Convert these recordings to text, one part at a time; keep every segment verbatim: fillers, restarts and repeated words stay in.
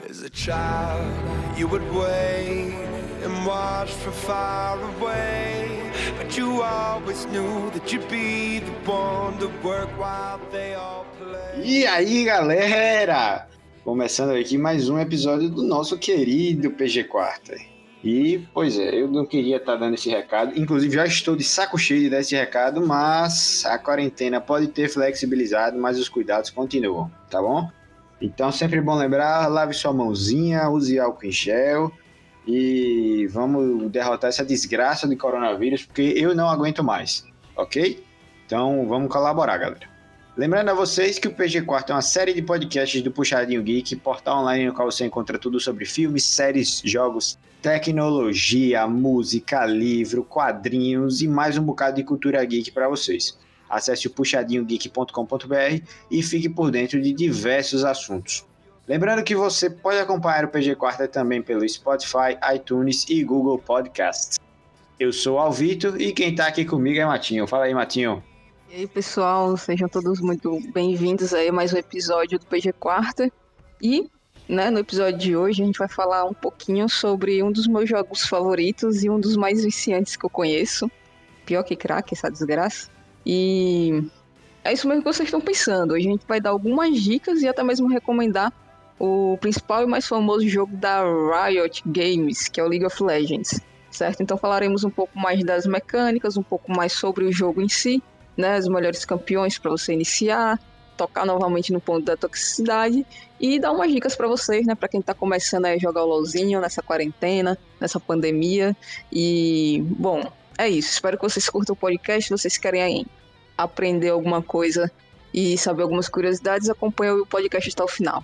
As a child, you would wait and watch from far away, but you always knew that you'd be the one to work while they all play. E aí, galera? Começando aqui mais um episódio do nosso querido P G Quarta. E, pois é, eu não queria estar dando esse recado, inclusive já estou de saco cheio de dar esse recado, mas a quarentena pode ter flexibilizado, mas os cuidados continuam, tá bom? Então, sempre bom lembrar, lave sua mãozinha, use álcool em gel e vamos derrotar essa desgraça de coronavírus, porque eu não aguento mais, ok? Então, vamos colaborar, galera. Lembrando a vocês que o P G Quarto é uma série de podcasts do Puxadinho Geek, portal online no qual você encontra tudo sobre filmes, séries, jogos, tecnologia, música, livro, quadrinhos e mais um bocado de cultura geek para vocês. Acesse o puxadinho geek ponto com ponto b r e fique por dentro de diversos assuntos. Lembrando que você pode acompanhar o P G Quarta também pelo Spotify, iTunes e Google Podcasts. Eu sou o Alvito e quem está aqui comigo é Matinho. Fala aí, Matinho. E aí, pessoal, sejam todos muito bem-vindos a mais um episódio do P G Quarta. E, né, no episódio de hoje a gente vai falar um pouquinho sobre um dos meus jogos favoritos e um dos mais viciantes que eu conheço. Pior que crack, essa desgraça. E é isso mesmo que vocês estão pensando. Hoje a gente vai dar algumas dicas e até mesmo recomendar o principal e mais famoso jogo da Riot Games, que é o League of Legends, certo? Então falaremos um pouco mais das mecânicas, um pouco mais sobre o jogo em si, né, os melhores campeões para você iniciar, tocar novamente no ponto da toxicidade e dar umas dicas para vocês, né, para quem está começando a jogar o LoLzinho nessa quarentena, nessa pandemia. E, bom, é isso. Espero que vocês curtam o podcast. Se vocês querem aprender alguma coisa e saber algumas curiosidades, acompanhem o podcast até o final.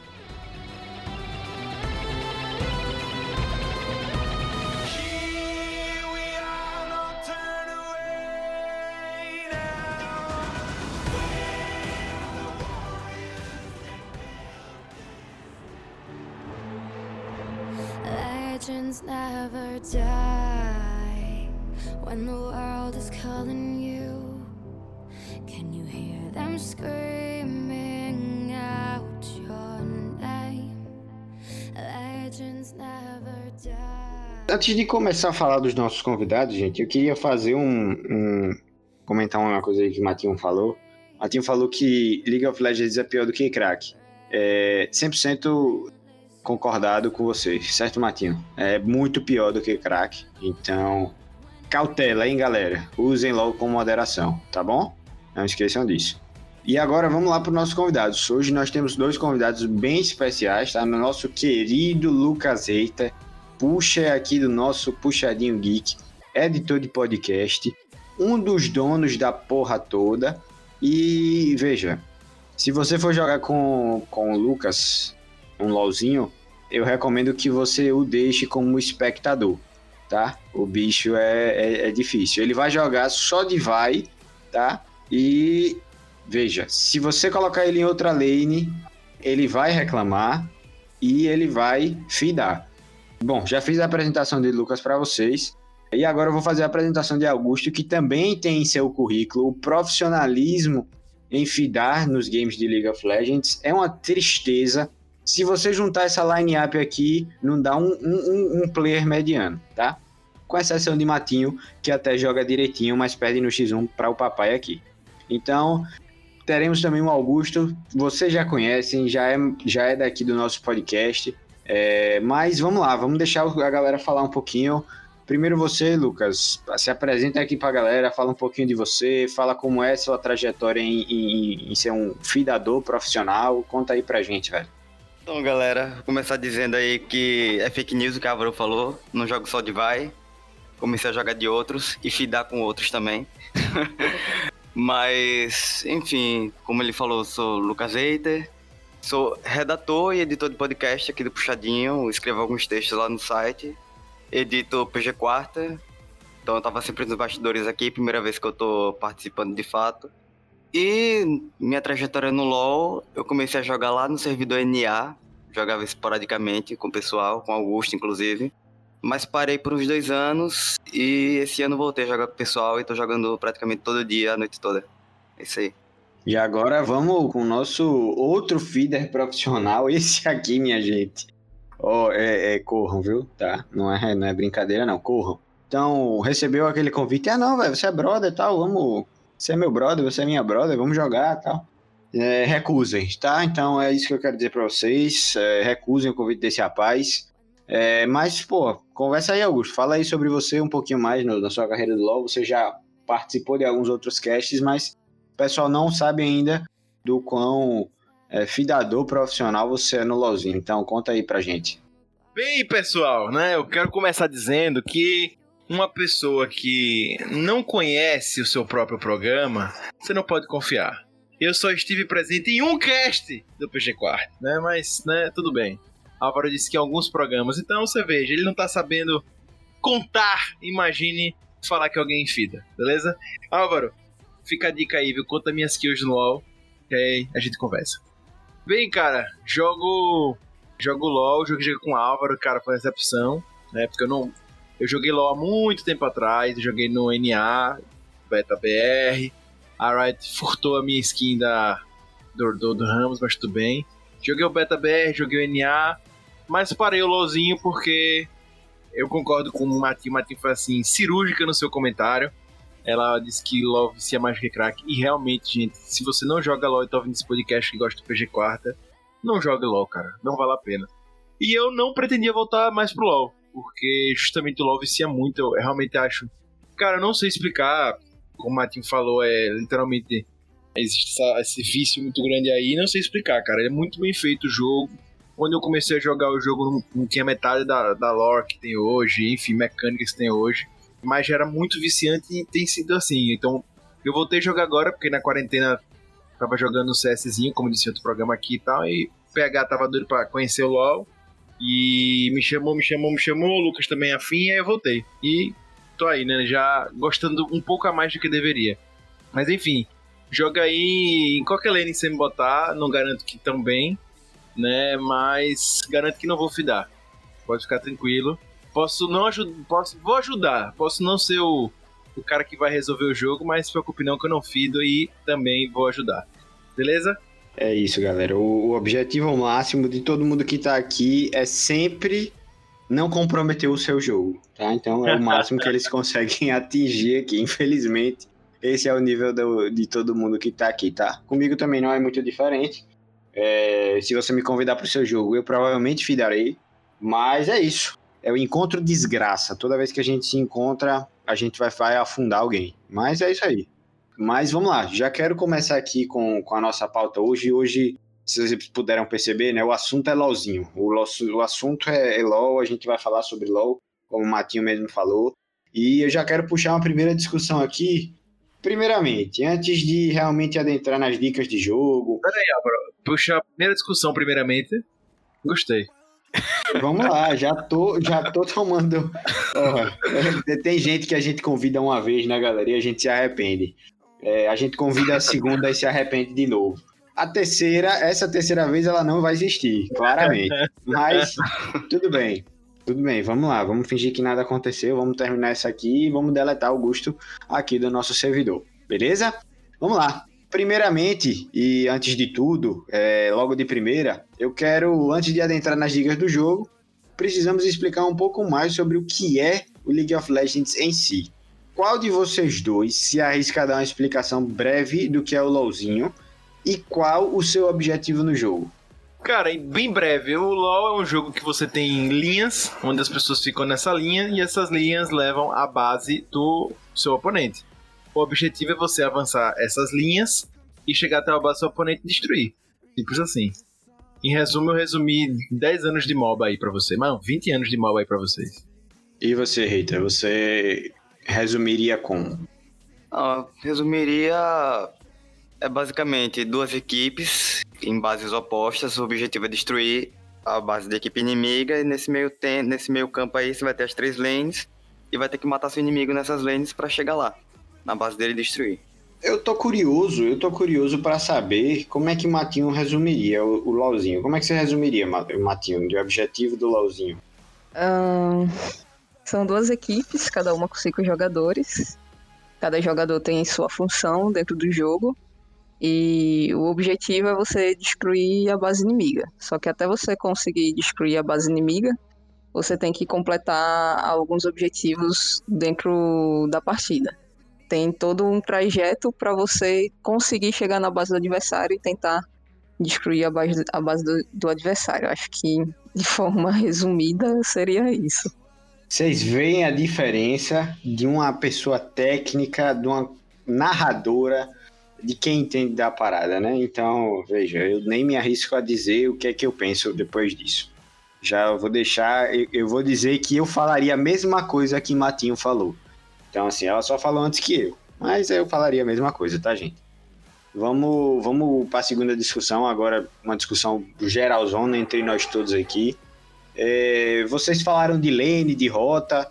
Legends never die when the world is calling you. Can you hear them screaming out your name? Legends never die. Antes de começar a falar dos nossos convidados, gente, eu queria fazer um, um comentar uma coisa aí que o Matinho falou. O Matinho falou que League of Legends é pior do que crack. É cem por cento concordado com vocês, certo, Matinho? É muito pior do que crack, então cautela, hein, galera? Usem logo com moderação, tá bom? Não esqueçam disso. E agora vamos lá para os nossos convidados. Hoje nós temos dois convidados bem especiais, tá? Nosso querido Lucas Reiter, puxa aqui do nosso Puxadinho Geek, editor de podcast, um dos donos da porra toda. E veja, se você for jogar com, com o Lucas um LOLzinho, eu recomendo que você o deixe como espectador, tá? O bicho é, é, é difícil. Ele vai jogar só de vai, tá? E veja, se você colocar ele em outra lane, ele vai reclamar e ele vai feedar. Bom, já fiz a apresentação de Lucas para vocês. E agora eu vou fazer a apresentação de Augusto, que também tem em seu currículo o profissionalismo em feedar nos games de League of Legends. É uma tristeza. Se você juntar essa line-up aqui, não dá um, um, um player mediano, tá? Com exceção de Matinho, que até joga direitinho, mas perde no xis um para o papai aqui. Então, teremos também o Augusto. Vocês já conhecem, já é, já é daqui do nosso podcast. É, mas vamos lá, vamos deixar a galera falar um pouquinho. Primeiro você, Lucas, se apresenta aqui pra galera, fala um pouquinho de você, fala como é sua trajetória em, em, em ser um feedador profissional. Conta aí pra gente, velho. Então, galera, vou começar dizendo aí que é fake news o que a Álvaro falou. Não jogo só de vai. Comecei a jogar de outros e feedar com outros também. Mas, enfim, como ele falou, sou Lucas Reiter. Sou redator e editor de podcast aqui do Puxadinho. Escrevo alguns textos lá no site. Edito P G Quarta. Então eu tava sempre nos bastidores aqui. Primeira vez que eu tô participando de fato. E minha trajetória no LoL, eu comecei a jogar lá no servidor N A, jogava esporadicamente com o pessoal, com o Augusto inclusive, mas parei por uns dois anos e esse ano voltei a jogar com o pessoal e tô jogando praticamente todo dia, a noite toda. É isso aí. E agora vamos com o nosso outro feeder profissional, esse aqui, minha gente. Ó, oh, é, é, corram, viu? Tá, não é, não é brincadeira não, corram. Então, recebeu aquele convite, ah não, velho, você é brother e tal, vamos... Você é meu brother, você é minha brother, vamos jogar e tal. É, recusem, tá? Então é isso que eu quero dizer pra vocês. É, recusem o convite desse rapaz. É, mas, pô, conversa aí, Augusto. Fala aí sobre você um pouquinho mais no, na sua carreira do LoL. Você já participou de alguns outros casts, mas o pessoal não sabe ainda do quão é, fidador profissional você é no LoLzinho. Então conta aí pra gente. Bem, pessoal, né? Eu quero começar dizendo que uma pessoa que não conhece o seu próprio programa, você não pode confiar. Eu só estive presente em um cast do P G quatro, né? Mas, né, tudo bem. Álvaro disse que em alguns programas. Então, você veja, ele não tá sabendo contar, imagine falar que alguém fida, beleza? Álvaro, fica a dica aí, viu? Conta minhas kills no LoL, que aí a gente conversa. Bem, cara, jogo... Jogo LoL, joguei com o Álvaro, cara, foi recepção, né? Porque eu não... Eu joguei LoL há muito tempo atrás, joguei no N A, Beta B R, a Riot furtou a minha skin da, do, do, do Ramos, mas tudo bem. Joguei o Beta B R, joguei o N A, mas parei o LoLzinho porque eu concordo com o Matinho. O Matinho foi assim, cirúrgica no seu comentário. Ela disse que LoL vicia mais que crack, e realmente, gente, se você não joga LoL e tá ouvindo esse podcast que gosta do P G quatro, não joga LoL, cara, não vale a pena. E eu não pretendia voltar mais pro LoL, porque justamente o LoL vicia muito. Eu realmente acho... Cara, eu não sei explicar, como o Matinho falou, é literalmente... Existe essa, esse vício muito grande aí, não sei explicar, cara. É muito bem feito o jogo. Quando eu comecei a jogar o jogo, não, não tinha metade da, da lore que tem hoje, enfim, mecânicas que tem hoje. Mas já era muito viciante e tem sido assim. Então, eu voltei a jogar agora, porque na quarentena tava jogando um CSzinho, como disse outro programa aqui e tal, e o P H tava doido pra conhecer o LoL. E me chamou, me chamou, me chamou, o Lucas também afim, e aí eu voltei. E tô aí, né, já gostando um pouco a mais do que deveria. Mas enfim, joga aí em qualquer lane que você me botar, não garanto que tão bem, né, mas garanto que não vou fidar. Pode ficar tranquilo. Posso não ajudar, posso, vou ajudar, posso não ser o, o cara que vai resolver o jogo, mas se preocupe não que eu não fido e também vou ajudar. Beleza? É isso, galera. O, o objetivo máximo de todo mundo que tá aqui é sempre não comprometer o seu jogo, tá? Então é o máximo que eles conseguem atingir aqui. Infelizmente, esse é o nível do, de todo mundo que tá aqui, tá? Comigo também não é muito diferente. É, se você me convidar pro seu jogo, eu provavelmente fidarei. Mas é isso. É o encontro desgraça. Toda vez que a gente se encontra, a gente vai, vai afundar alguém. Mas é isso aí. Mas vamos lá, já quero começar aqui com, com a nossa pauta hoje. Hoje, se vocês puderam perceber, né, o assunto é LoLzinho. O, o assunto é, é LoL, a gente vai falar sobre LoL, como o Matinho mesmo falou. E eu já quero puxar uma primeira discussão aqui. Primeiramente, antes de realmente adentrar nas dicas de jogo... Peraí, Álvaro, puxar a primeira discussão primeiramente. Gostei. Vamos lá, já tô, já tô tomando... Oh, tem gente que a gente convida uma vez, né, galera, e a gente se arrepende. É, a gente convida a segunda e se arrepende de novo. A terceira, essa terceira vez ela não vai existir, claramente. Mas tudo bem, tudo bem, vamos lá, vamos fingir que nada aconteceu, vamos terminar essa aqui e vamos deletar Augusto aqui do nosso servidor, beleza? Vamos lá. Primeiramente, e antes de tudo, é, logo de primeira, eu quero, antes de adentrar nas dicas do jogo, precisamos explicar um pouco mais sobre o que é o League of Legends em si. Qual de vocês dois se arrisca a dar uma explicação breve do que é o LoLzinho e qual o seu objetivo no jogo? Cara, bem breve, o LoL é um jogo que você tem linhas, onde as pessoas ficam nessa linha e essas linhas levam a base do seu oponente. O objetivo é você avançar essas linhas e chegar até a base do seu oponente e destruir. Simples assim. Em resumo, eu resumi dez anos de MOBA aí pra você. Mano, vinte anos de MOBA aí pra vocês. E você, Rita, você resumiria como? Ah, resumiria... É basicamente duas equipes em bases opostas. O objetivo é destruir a base da equipe inimiga. E nesse meio, tem, nesse meio campo aí você vai ter as três lanes e vai ter que matar seu inimigo nessas lanes pra chegar lá, na base dele, destruir. Eu tô curioso, eu tô curioso pra saber como é que o Matinho resumiria o, o LoLzinho. Como é que você resumiria, Matinho, o objetivo do LoLzinho? Um, são duas equipes, cada uma com cinco jogadores. Cada jogador tem sua função dentro do jogo. E o objetivo é você destruir a base inimiga. Só que até você conseguir destruir a base inimiga, você tem que completar alguns objetivos dentro da partida. Tem todo um trajeto para você conseguir chegar na base do adversário e tentar destruir a base, a base do, do adversário. Acho que, de forma resumida, seria isso. Vocês veem a diferença de uma pessoa técnica, de uma narradora, de quem entende da parada, né? Então, veja, eu nem me arrisco a dizer o que é que eu penso depois disso. Já vou deixar, eu, eu vou dizer que eu falaria a mesma coisa que Matinho falou. Então, assim, ela só falou antes que eu, mas eu falaria a mesma coisa, tá, gente? Vamos, vamos para a segunda discussão, agora uma discussão geralzona entre nós todos aqui. É, vocês falaram de lane, de rota,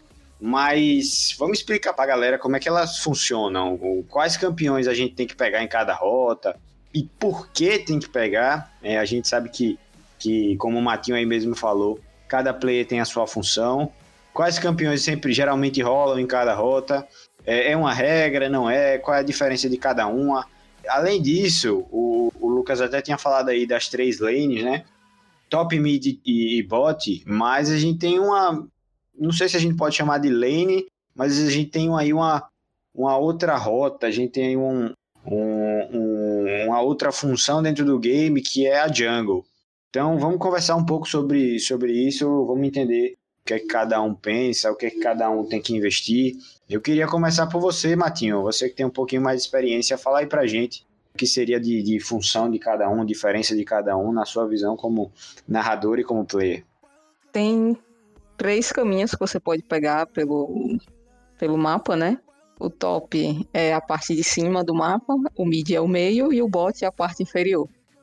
mas vamos explicar para a galera como é que elas funcionam, quais campeões a gente tem que pegar em cada rota e por que tem que pegar. É, a gente sabe que, que, como o Matinho aí mesmo falou, cada player tem a sua função. Quais campeões sempre geralmente rolam em cada rota? É, é uma regra, não é? Qual é a diferença de cada uma? Além disso, o, o Lucas até tinha falado aí das três lanes, né? Top, mid e, e bot, mas a gente tem uma... Não sei se a gente pode chamar de lane, mas a gente tem aí uma, uma outra rota, a gente tem um, um, um, uma outra função dentro do game que é a jungle. Então vamos conversar um pouco sobre, sobre isso, vamos entender o que é que cada um pensa, o que é que cada um tem que investir. Eu queria começar por você, Matinho, você que tem um pouquinho mais de experiência, fala aí pra gente o que seria de, de função de cada um, diferença de cada um, na sua visão como narrador e como player. Tem três caminhos que você pode pegar pelo, pelo mapa, né? O top é a parte de cima do mapa, o mid é o meio e o bot é a parte inferior.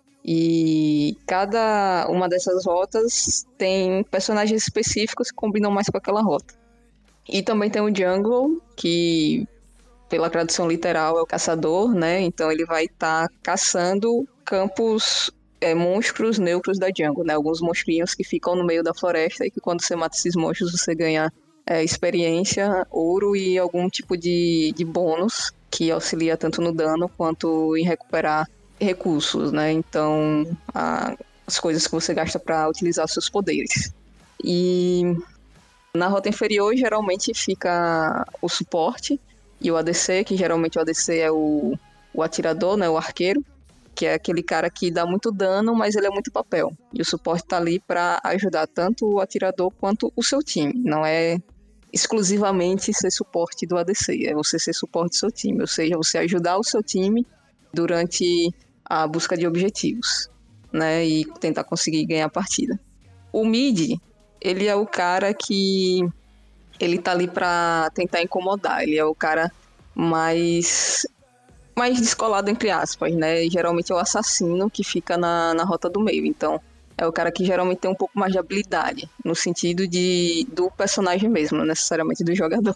E cada uma dessas rotas tem personagens específicos que combinam mais com aquela rota. E também tem o jungle, que pela tradução literal é o caçador, né? Então ele vai estar tá caçando campos, é, monstros neutros da jungle, né? Alguns monstrinhos que ficam no meio da floresta e que quando você mata esses monstros você ganha é, experiência, ouro e algum tipo de, de bônus que auxilia tanto no dano quanto em recuperar recursos, né? Então, a, as coisas que você gasta para utilizar seus poderes. E na rota inferior geralmente fica o suporte e o A D C, que geralmente o A D C é o, o atirador, né? O arqueiro, que é aquele cara que dá muito dano, mas ele é muito papel. E o suporte tá ali para ajudar tanto o atirador quanto o seu time. Não é exclusivamente ser suporte do A D C, é você ser suporte do seu time, ou seja, você ajudar o seu time durante a busca de objetivos, né, e tentar conseguir ganhar a partida. O mid, ele é o cara que ele tá ali para tentar incomodar, ele é o cara mais mais descolado, entre aspas, né, e geralmente é o assassino que fica na, na rota do meio, então é o cara que geralmente tem um pouco mais de habilidade, no sentido de, do personagem mesmo, não necessariamente do jogador.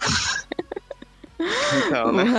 Então, né?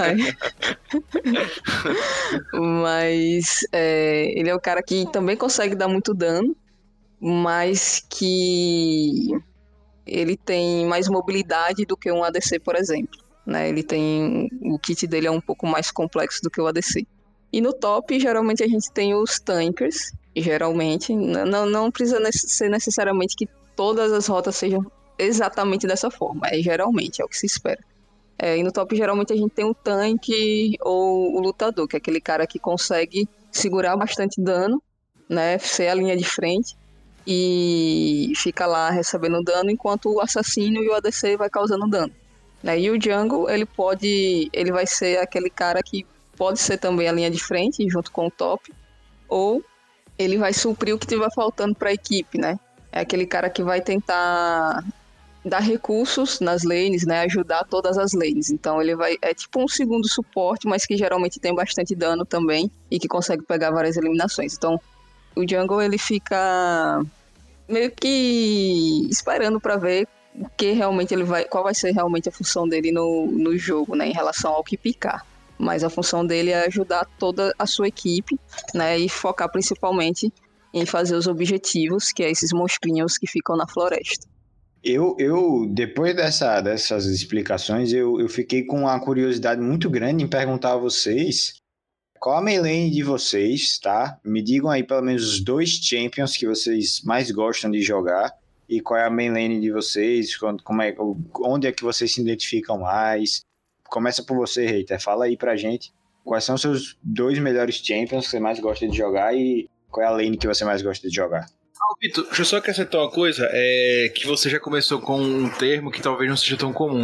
Mas, mas é, ele é o cara que também consegue dar muito dano, mas que ele tem mais mobilidade do que um A D C, por exemplo. Né? Ele tem, o kit dele é um pouco mais complexo do que o A D C. E no top, geralmente a gente tem os tankers, geralmente, não, não precisa ser necessariamente que todas as rotas sejam exatamente dessa forma, é geralmente, é o que se espera. É, e no top, geralmente, a gente tem o tanque ou o lutador, que é aquele cara que consegue segurar bastante dano, né, ser a linha de frente e fica lá recebendo dano, enquanto o assassino e o A D C vai causando dano. Né? E o jungle, ele pode, ele vai ser aquele cara que pode ser também a linha de frente, junto com o top, ou ele vai suprir o que estiver faltando para a equipe, né? É aquele cara que vai tentar dar recursos nas lanes, né? Ajudar todas as lanes. Então ele vai, é tipo um segundo suporte, mas que geralmente tem bastante dano também e que consegue pegar várias eliminações. Então o jungle, ele fica meio que esperando para ver o que realmente ele vai, qual vai ser realmente a função dele no, no jogo, né? Em relação ao que picar. Mas a função dele é ajudar toda a sua equipe, né, e focar principalmente em fazer os objetivos, que é esses monstrinhos que ficam na floresta. Eu, eu depois dessa, dessas explicações, eu, eu fiquei com uma curiosidade muito grande em perguntar a vocês qual a main lane de vocês, tá? Me digam aí pelo menos os dois champions que vocês mais gostam de jogar e qual é a main lane de vocês, quando, como é, onde é que vocês se identificam mais. Começa por você, Reiter. Fala aí pra gente quais são os seus dois melhores champions que você mais gosta de jogar e qual é a lane que você mais gosta de jogar. Ah, Vitor, deixa eu só acrescentar uma coisa, é que você já começou com um termo que talvez não seja tão comum,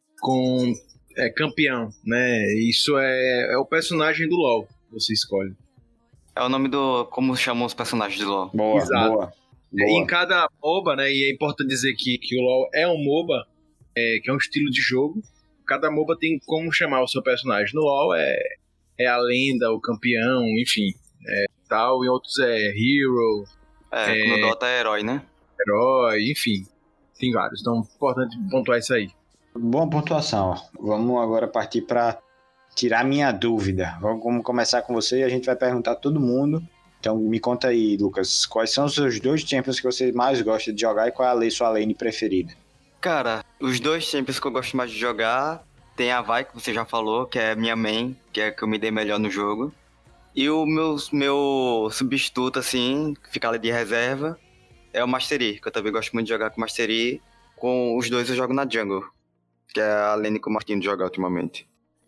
com é, campeão, né? Isso é, é o personagem do LoL que você escolhe. É o nome do... como chamam os personagens do LoL. Boa, Exato. boa. É, em cada MOBA, né, e é importante dizer que, que o LoL é um MOBA, é, que é um estilo de jogo, cada MOBA tem como chamar o seu personagem. No LoL é, é a lenda, o campeão, enfim, é, tal, em outros é hero, É, É. no Dota é herói, né? herói, enfim, tem vários. Então é importante pontuar isso aí. Boa pontuação. Ó. Vamos agora partir para tirar minha dúvida. Vamos começar com você e a gente vai perguntar a todo mundo. Então me conta aí, Lucas, quais são os seus dois champions que você mais gosta de jogar e qual é a sua lane preferida? Cara, os dois champions que eu gosto mais de jogar tem a Vi, que você já falou, que é minha main, que é a que eu me dei melhor no jogo. E o meu, meu substituto, assim, que fica ali de reserva, é o Mastery, que eu também gosto muito de jogar com o Mastery. Com os dois eu jogo na jungle, que é a lane que o Marquinhos joga ultimamente.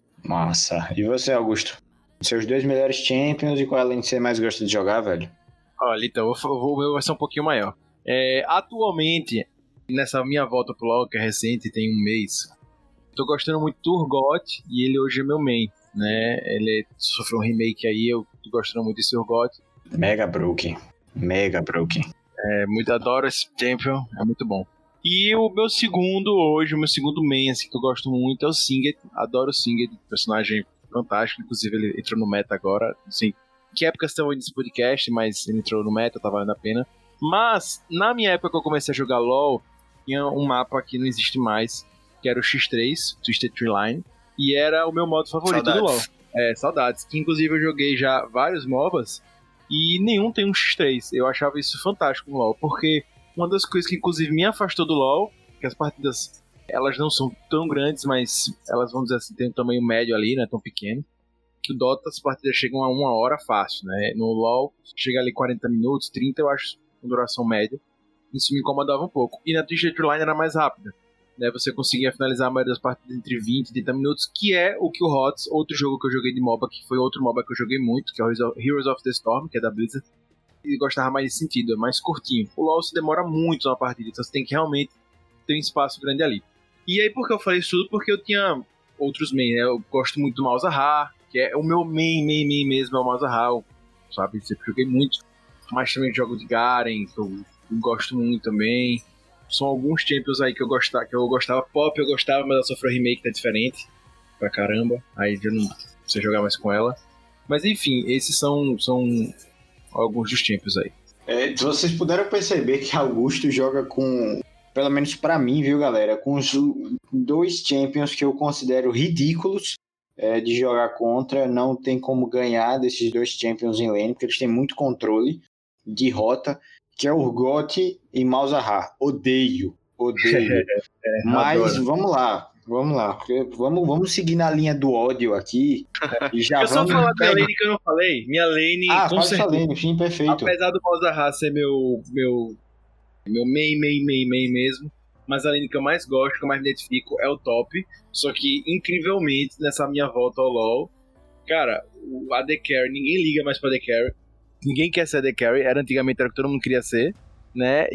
Massa. E você, Augusto? Seus dois melhores champions e qual é a lane que você mais gosta de jogar, velho? Olha, então, eu vou- o meu vai ser um pouquinho maior. É, atualmente, nessa minha volta pro LoL, que é recente, tem um mês, tô gostando muito do Urgot e ele hoje é meu main, né? Ele sofreu um remake aí, eu tô gostando muito desse Urgot. Mega Brook. Mega Brook. É, muito adoro esse champion, é muito bom. E o meu segundo hoje, o meu segundo main, assim, que eu gosto muito é o Singed. Adoro o Singed, personagem fantástico, inclusive ele entrou no meta agora, assim, que época estão aí nesse podcast, mas ele entrou no meta, tá valendo a pena. Mas, na minha época que eu comecei a jogar LoL, tinha um mapa que não existe mais, que era o X três, Twisted Tree Line, e era o meu modo favorito do LoL. Saudades. É, saudades. Que inclusive eu joguei já vários MOBAs e nenhum tem um X três. Eu achava isso fantástico no LoL, porque uma das coisas que inclusive me afastou do LoL, que as partidas, elas não são tão grandes, mas elas, vamos dizer assim, têm um tamanho médio ali, não é tão pequeno. Que o Dota, as partidas chegam a uma hora fácil, né? No LoL, chega ali quarenta minutos, trinta, eu acho, com duração média. Isso me incomodava um pouco. E na Twisted Tree Line era mais rápida, né? Você conseguia finalizar a maioria das partidas entre vinte e trinta minutos, que é o que o H O T S, outro jogo que eu joguei de MOBA, que foi outro MOBA que eu joguei muito, que é o Heroes of the Storm, que é da Blizzard, e gostava mais desse sentido, é mais curtinho. O LoL se demora muito na partida, então você tem que realmente ter um espaço grande ali. E aí, por que eu falei isso tudo? Porque eu tinha outros main, né? Eu gosto muito do Malzahar, que é o meu main, main, main mesmo, é o Malzahar, sabe? Sempre joguei muito. Mas também jogo de Garen, que eu, eu gosto muito também. São alguns champions aí que eu gostava, que eu gostava. Pop eu gostava, mas ela sofreu remake, tá diferente pra caramba. Aí já não sei jogar mais com ela. Mas enfim, esses são, são alguns dos champions aí. É, vocês puderam perceber que Augusto joga com, pelo menos pra mim, viu, galera, com os dois champions que eu considero ridículos é, de jogar contra. Não tem como ganhar desses dois champions em lane, porque eles têm muito controle de rota, que é Urgot e Malzahar. Odeio, odeio. É, Mas adoro. vamos lá, vamos lá. porque Vamos, vamos seguir na linha do ódio aqui. E já Eu só vamos falar da pegar- lane que eu não falei. Minha lane, Ah, com faz essa certeza. lane, sim, perfeito. Apesar do Malzahar ser meu, meu, meu main, main, main, main mesmo, mas a lane que eu mais gosto, que eu mais me identifico, é o top. Só que, incrivelmente, nessa minha volta ao LoL, cara, o A D Carry, ninguém liga mais pra A D Carry. Ninguém quer ser A D Carry, era antigamente era o que todo mundo queria ser, né?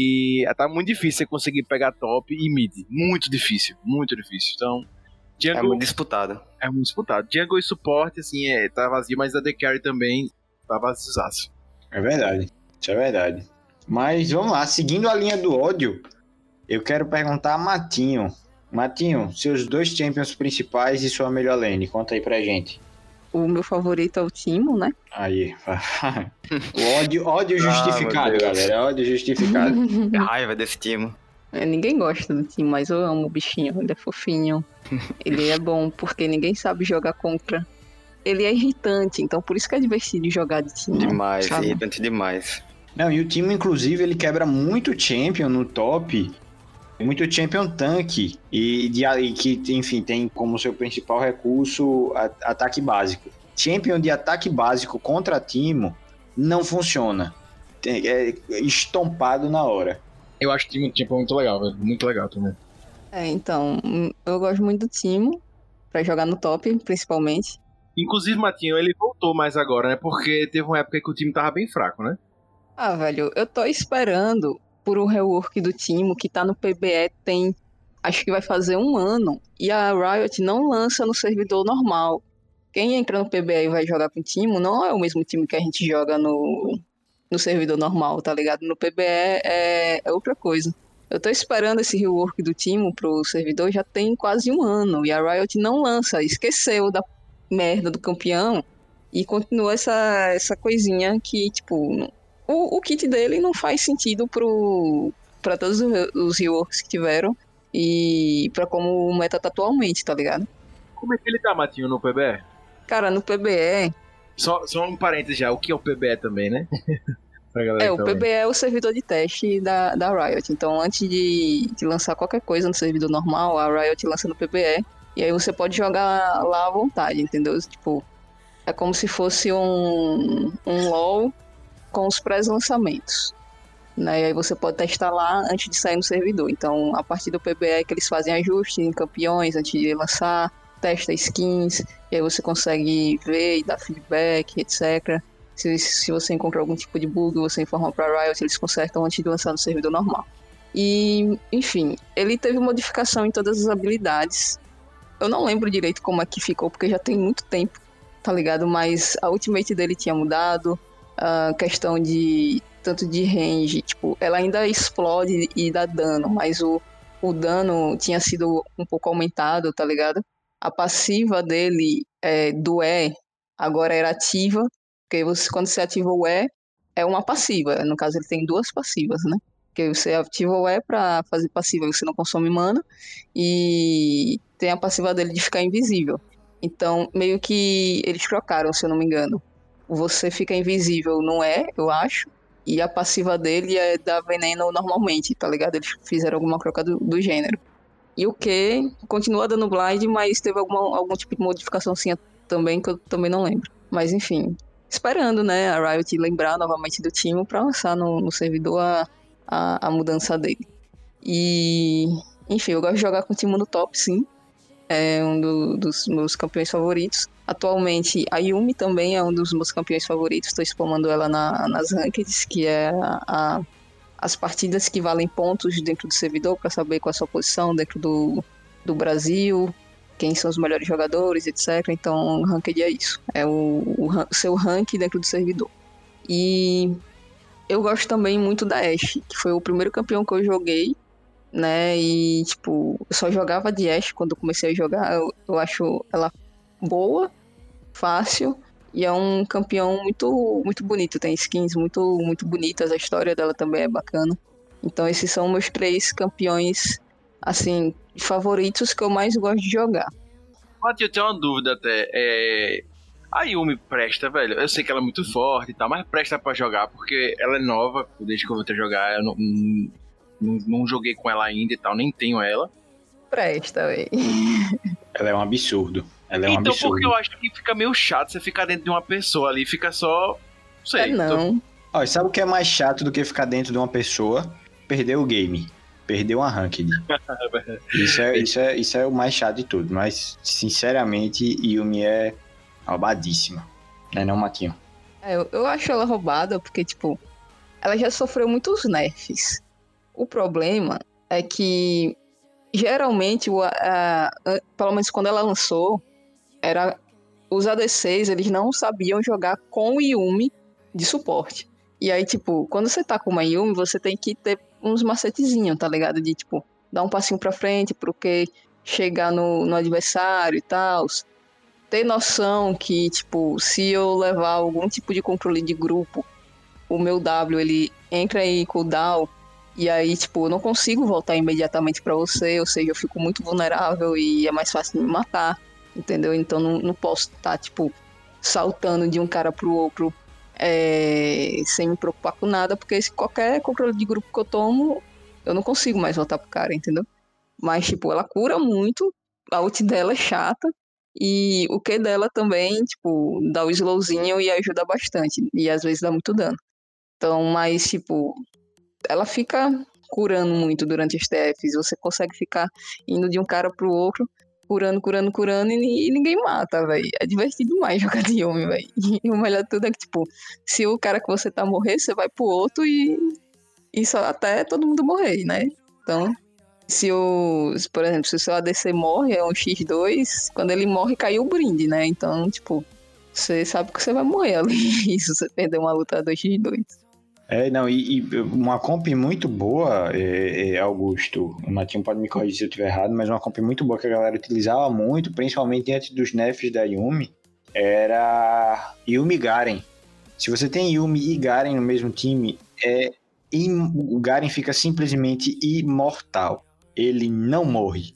E tá muito difícil você conseguir pegar top e mid. Muito difícil, muito difícil. Então, É jungle muito disputado. é muito disputado. Jungle e suporte, assim, é, tá vazio, mas A D Carry também tá vaziozaço. É verdade, isso é verdade. Mas vamos lá, seguindo a linha do ódio, eu quero perguntar a Matinho. Matinho, seus dois champions principais e sua melhor lane, conta aí pra gente. O meu favorito é o Timo, né? Aí, o ódio, ódio Ah, justificado, meu Deus. galera, ódio justificado. Que raiva desse time. É, ninguém gosta do Timo, mas eu amo o bichinho. Ele é fofinho. Ele é bom, porque ninguém sabe jogar contra. Ele é irritante, então por isso que é divertido jogar de Timo. Demais, sabe? irritante demais. Não, e o time, inclusive, ele quebra muito champion no top, muito champion tanque, e, de, e que, enfim, tem como seu principal recurso a, ataque básico. champion de ataque básico contra Teemo não funciona. É estompado na hora. Eu acho o Teemo Champion muito legal, velho. Muito legal também. É, então, eu gosto muito do Teemo, pra jogar no top, principalmente. Inclusive, Matinho, ele voltou mais agora, né? Porque teve uma época que o time tava bem fraco, né? Ah, velho, eu tô esperando por um rework do Teemo que tá no P B E tem, acho que vai fazer um ano, e a Riot não lança no servidor normal. Quem entra no P B E e vai jogar com o Teemo não é o mesmo time que a gente joga no, no servidor normal, tá ligado? No P B E é, é outra coisa. Eu tô esperando esse rework do Teemo pro servidor já tem quase um ano, e a Riot não lança, esqueceu da merda do campeão, e continua essa, essa coisinha que, tipo, o, o kit dele não faz sentido pro, pra todos os reworks que tiveram, e pra como o meta tá atualmente, tá ligado? Como é que ele tá, Matinho, no P B E? Cara, no P B E... Só, só um parênteses já, o que é o P B E também, né? É, o P B E é o servidor de teste da, da Riot. Então, antes de, de lançar qualquer coisa no servidor normal, a Riot lança no P B E. E aí você pode jogar lá à vontade, entendeu? Tipo, é como se fosse um, um LoL com os pré-lançamentos. Né? E aí você pode testar lá antes de sair no servidor. Então, a partir do P B E que eles fazem ajustes em campeões antes de lançar, testa skins, e aí você consegue ver e dar feedback, etcétera. Se, se você encontra algum tipo de bug, você informa pra Riot, eles consertam antes de lançar no servidor normal. E, enfim, ele teve modificação em todas as habilidades. Eu não lembro direito como é que ficou, porque já tem muito tempo, tá ligado? Mas a ultimate dele tinha mudado, a questão de tanto de range, tipo, ela ainda explode e dá dano, mas o, o dano tinha sido um pouco aumentado, tá ligado? A passiva dele, é, do E, agora era ativa, porque você, quando você ativa o E, é uma passiva. No caso, ele tem duas passivas, né? Porque você ativa o E pra fazer passiva, você não consome mana, e tem a passiva dele de ficar invisível. Então, meio que eles trocaram, se eu não me engano. Você fica invisível no E, eu acho, e a passiva dele é dar veneno normalmente, tá ligado? Eles fizeram alguma troca do, do gênero. E o Q continua dando blind, mas teve alguma, algum tipo de modificação sim também, que eu também não lembro. Mas enfim, esperando, né, a Riot lembrar novamente do time pra lançar no, no servidor a, a, a mudança dele. E, enfim, eu gosto de jogar com o time no top, sim. É um do, dos meus campeões favoritos. Atualmente, a Yuumi também é um dos meus campeões favoritos. Estou spamando ela na, nas rankeds, que é a, a, as partidas que valem pontos dentro do servidor para saber qual é a sua posição dentro do, do Brasil, quem são os melhores jogadores, etcétera. Então, ranked é isso. É o, o, o seu rank dentro do servidor. E eu gosto também muito da Ashe, que foi o primeiro campeão que eu joguei, né? E, tipo, eu só jogava de Ashe quando eu comecei a jogar. Eu, eu acho ela boa, fácil, e é um campeão muito, muito bonito. Tem skins muito, muito bonitas, a história dela também é bacana. Então, esses são meus três campeões, assim, favoritos que eu mais gosto de jogar. Matheus, eu tenho uma dúvida até. É... A Yuumi presta, velho. Eu sei que ela é muito forte e tal, mas presta pra jogar, porque ela é nova, desde que eu voltei a jogar. Eu não, não, não joguei com ela ainda e tal, nem tenho ela. Presta, véi. Ela é um absurdo. Ela é um então, absurdo. porque eu acho que fica meio chato você ficar dentro de uma pessoa ali, fica só. Não sei. É não. Tô... Olha, sabe o que é mais chato do que ficar dentro de uma pessoa? Perder o game. Perder uma ranked. isso, é, isso, é, isso é o mais chato de tudo. Mas, sinceramente, Yuumi é roubadíssima. Não é não, Matinho? É, eu, eu acho ela roubada porque, tipo, ela já sofreu muitos nerfs. O problema é que, geralmente, o, a, a, pelo menos quando ela lançou, era, os A D Cs, eles não sabiam jogar com o Yuumi de suporte. E aí, tipo, quando você tá com uma Yuumi, você tem que ter uns macetezinhos, tá ligado? De, tipo, dar um passinho pra frente, porque chegar no, no adversário e tal. Ter noção que, tipo, se eu levar algum tipo de controle de grupo, o meu W, ele entra em cooldown, e aí, tipo, eu não consigo voltar imediatamente pra você, ou seja, eu fico muito vulnerável e é mais fácil de me matar, entendeu? Então não, não posso estar, tá, tipo, saltando de um cara pro outro é, sem me preocupar com nada, porque se qualquer controle de grupo que eu tomo, eu não consigo mais voltar pro cara, entendeu? Mas, tipo, ela cura muito, a ult dela é chata, E o Q dela também, tipo, dá o slowzinho e ajuda bastante. E às vezes dá muito dano. Então, mas, tipo, ela fica curando muito durante os T Fs. Você consegue ficar indo de um cara pro outro, curando, curando, curando, e, e ninguém mata, velho. É divertido demais jogar de Yumi, velho. E o melhor de tudo é que, tipo, se o cara que você tá morrer, você vai pro outro e, e só até todo mundo morrer, né? Então, se o, por exemplo, se o seu A D C morre, é um xis dois, quando ele morre, caiu o brinde, né? Então, tipo, você sabe que você vai morrer ali, se você perder uma luta dois xis dois. É, não, e, e uma comp muito boa, é, é, Augusto, o Matinho pode me corrigir se eu estiver errado, mas uma comp muito boa que a galera utilizava muito, principalmente antes dos nerfs da Yumi, era Yumi Garen. Se você tem Yumi e Garen no mesmo time, é, im, o Garen fica simplesmente imortal. Ele não morre.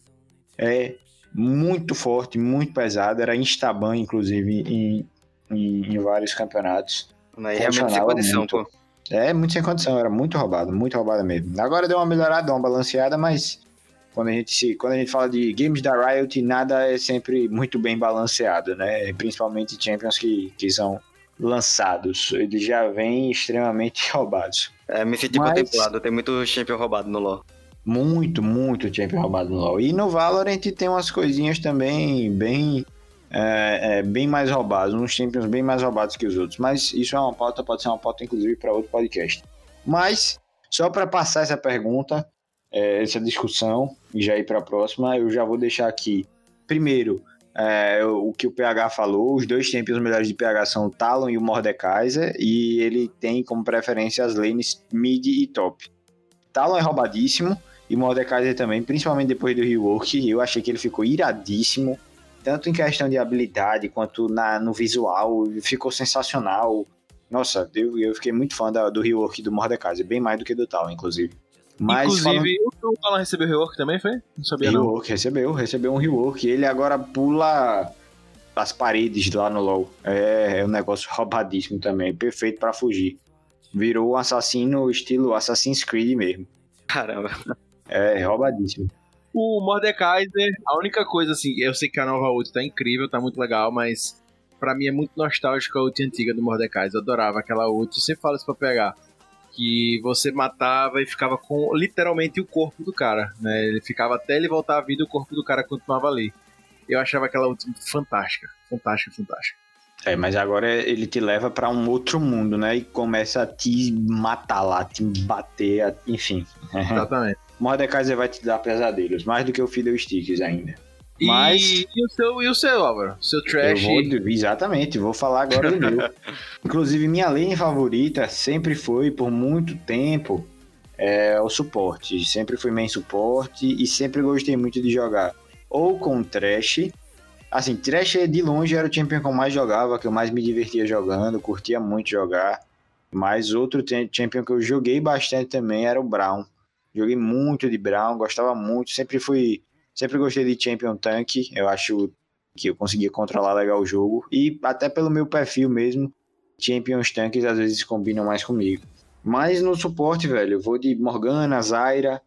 É muito forte, muito pesado, era instaban, inclusive, em, em, em vários campeonatos. Aí realmente sem condição, muito. Pô. É, muito sem condição, era muito roubado, muito roubado mesmo. Agora deu uma melhorada, deu uma balanceada, mas quando a gente, se, quando a gente fala de games da Riot, nada é sempre muito bem balanceado, né? Principalmente Champions que, que são lançados, eles já vêm extremamente roubados. É, me senti mas... contemplado, tem muito champion roubado no LoL. Muito, muito champion roubado no LoL. E no Valorant tem umas coisinhas também bem... É, é, bem mais roubados, uns champions bem mais roubados que os outros, mas isso é uma pauta, pode ser uma pauta inclusive para outro podcast. Mas, só para passar essa pergunta, é, essa discussão, e já ir para a próxima, eu já vou deixar aqui, primeiro, é, o que o P H falou, os dois champions melhores de P H são o Talon e o Mordekaiser, e ele tem como preferência as lanes mid e top. Talon é roubadíssimo, e Mordekaiser também, principalmente depois do rework, eu achei que ele ficou iradíssimo, tanto em questão de habilidade quanto na, no visual, ficou sensacional. Nossa, eu, eu fiquei muito fã da, do rework do Mordekaiser, bem mais do que do Talon, inclusive. Mas inclusive, falando... o Talon recebeu rework também, foi? Não sabia rework, não. recebeu, recebeu um rework. Ele agora pula as paredes lá no LoL. É, é um negócio roubadíssimo também, perfeito pra fugir. Virou um assassino estilo Assassin's Creed mesmo. Caramba. É, roubadíssimo. O Mordekaiser, a única coisa assim, eu sei que a nova ult tá incrível, tá muito legal, mas pra mim é muito nostálgico a ult antiga do Mordekaiser. Eu adorava aquela ult, eu sempre falo isso pra pegar, que você matava e ficava com literalmente o corpo do cara, né? Ele ficava até ele voltar à vida, o corpo do cara continuava ali. Eu achava aquela ult fantástica, fantástica, fantástica. É, mas agora ele te leva pra um outro mundo, né? E começa a te matar lá, te bater, enfim. Exatamente. Mordekaiser vai te dar pesadelos, mais do que o Fiddlesticks ainda. E, Mas... e o seu, e o seu, Álvaro? Seu trash? Eu vou, exatamente, vou falar agora do meu. Inclusive, minha lane favorita sempre foi, por muito tempo, é, o suporte. Sempre fui main suporte e sempre gostei muito de jogar ou com Thresh. Assim, Thresh de longe era o champion que eu mais jogava, que eu mais me divertia jogando, curtia muito jogar. Mas outro champion que eu joguei bastante também era o Brown. Joguei muito de Brown, gostava muito, sempre fui, sempre gostei de Champion Tank, eu acho que eu conseguia controlar legal o jogo, e até pelo meu perfil mesmo, Champions Tanks às vezes combinam mais comigo. Mas no suporte, velho, eu vou de Morgana, Zyra,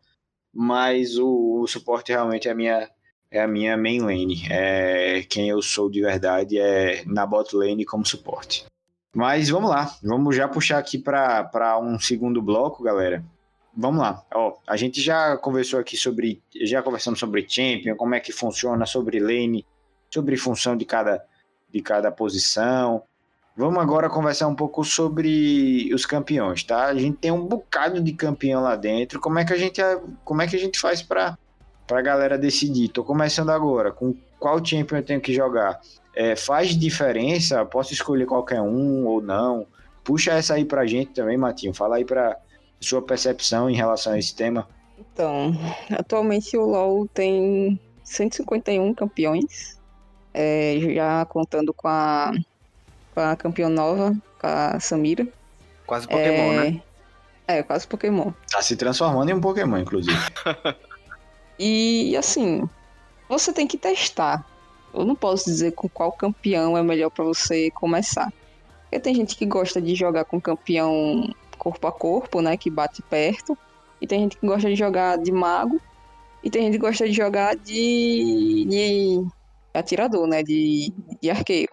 mas o, o suporte realmente é a minha, é a minha main lane, é quem eu sou de verdade é na bot lane como suporte. Mas vamos lá, vamos já puxar aqui para um segundo bloco, galera. Vamos lá, ó, a gente já conversou aqui sobre, já conversamos sobre Champion, como é que funciona, sobre lane, sobre função de cada, de cada posição. Vamos agora conversar um pouco sobre os campeões, tá? A gente tem um bocado de campeão lá dentro, como é que a gente, como é que a gente faz para a galera decidir? Tô começando agora, com qual Champion eu tenho que jogar? É, faz diferença? Posso escolher qualquer um ou não? Puxa essa aí pra gente também, Matinho, fala aí pra... sua percepção em relação a esse tema? Então, atualmente o LoL tem cento e cinquenta e um campeões, é, já contando com a, com a campeã nova, com a Samira. Quase Pokémon, é, né? É, quase Pokémon. Tá se transformando em um Pokémon, inclusive. E, assim, você tem que testar. Eu não posso dizer com qual campeão é melhor pra você começar. Porque tem gente que gosta de jogar com campeão corpo a corpo, né, que bate perto, e tem gente que gosta de jogar de mago, e tem gente que gosta de jogar de, de atirador, né? De, de arqueiro.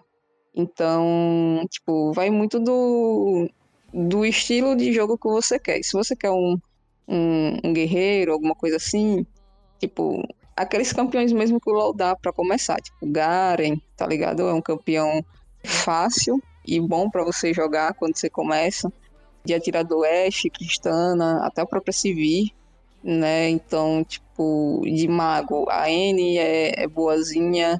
Então, tipo, vai muito do, do estilo de jogo que você quer. Se você quer um, um, um guerreiro, alguma coisa assim, tipo, aqueles campeões mesmo que o LoL dá pra começar, tipo, Garen, tá ligado? É um campeão fácil e bom pra você jogar quando você começa. De atirador Ashe, Tristana, até a própria Sivir, né? Então, tipo, de mago, a Anne é, é boazinha,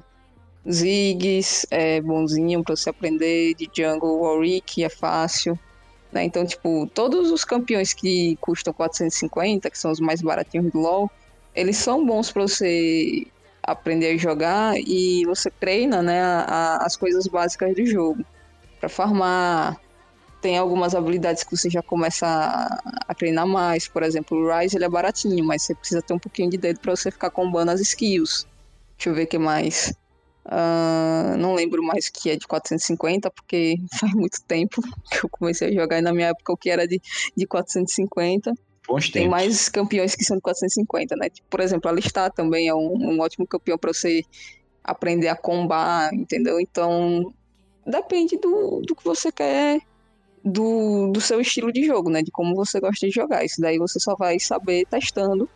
Ziggs é bonzinho pra você aprender, de jungle, Warwick é fácil, né? Então, tipo, todos os campeões que custam quatrocentos e cinquenta, que são os mais baratinhos do LoL, eles são bons pra você aprender a jogar e você treina, né, a, a, as coisas básicas do jogo. Pra farmar, tem algumas habilidades que você já começa a, a treinar mais. Por exemplo, o Ryze ele é baratinho, mas você precisa ter um pouquinho de dedo pra você ficar combando as skills. Deixa eu ver o que mais. Uh, não lembro mais o que é de quatrocentos e cinquenta, porque faz muito tempo que eu comecei a jogar e na minha época o que era de, de quatrocentos e cinquenta. Bons Tem tempos. mais campeões que são de quatrocentos e cinquenta, né? Tipo, por exemplo, Alistar também é um, um ótimo campeão pra você aprender a combar, entendeu? Então, depende do, do que você quer, do, do seu estilo de jogo, né? De como você gosta de jogar. Isso daí você só vai saber testando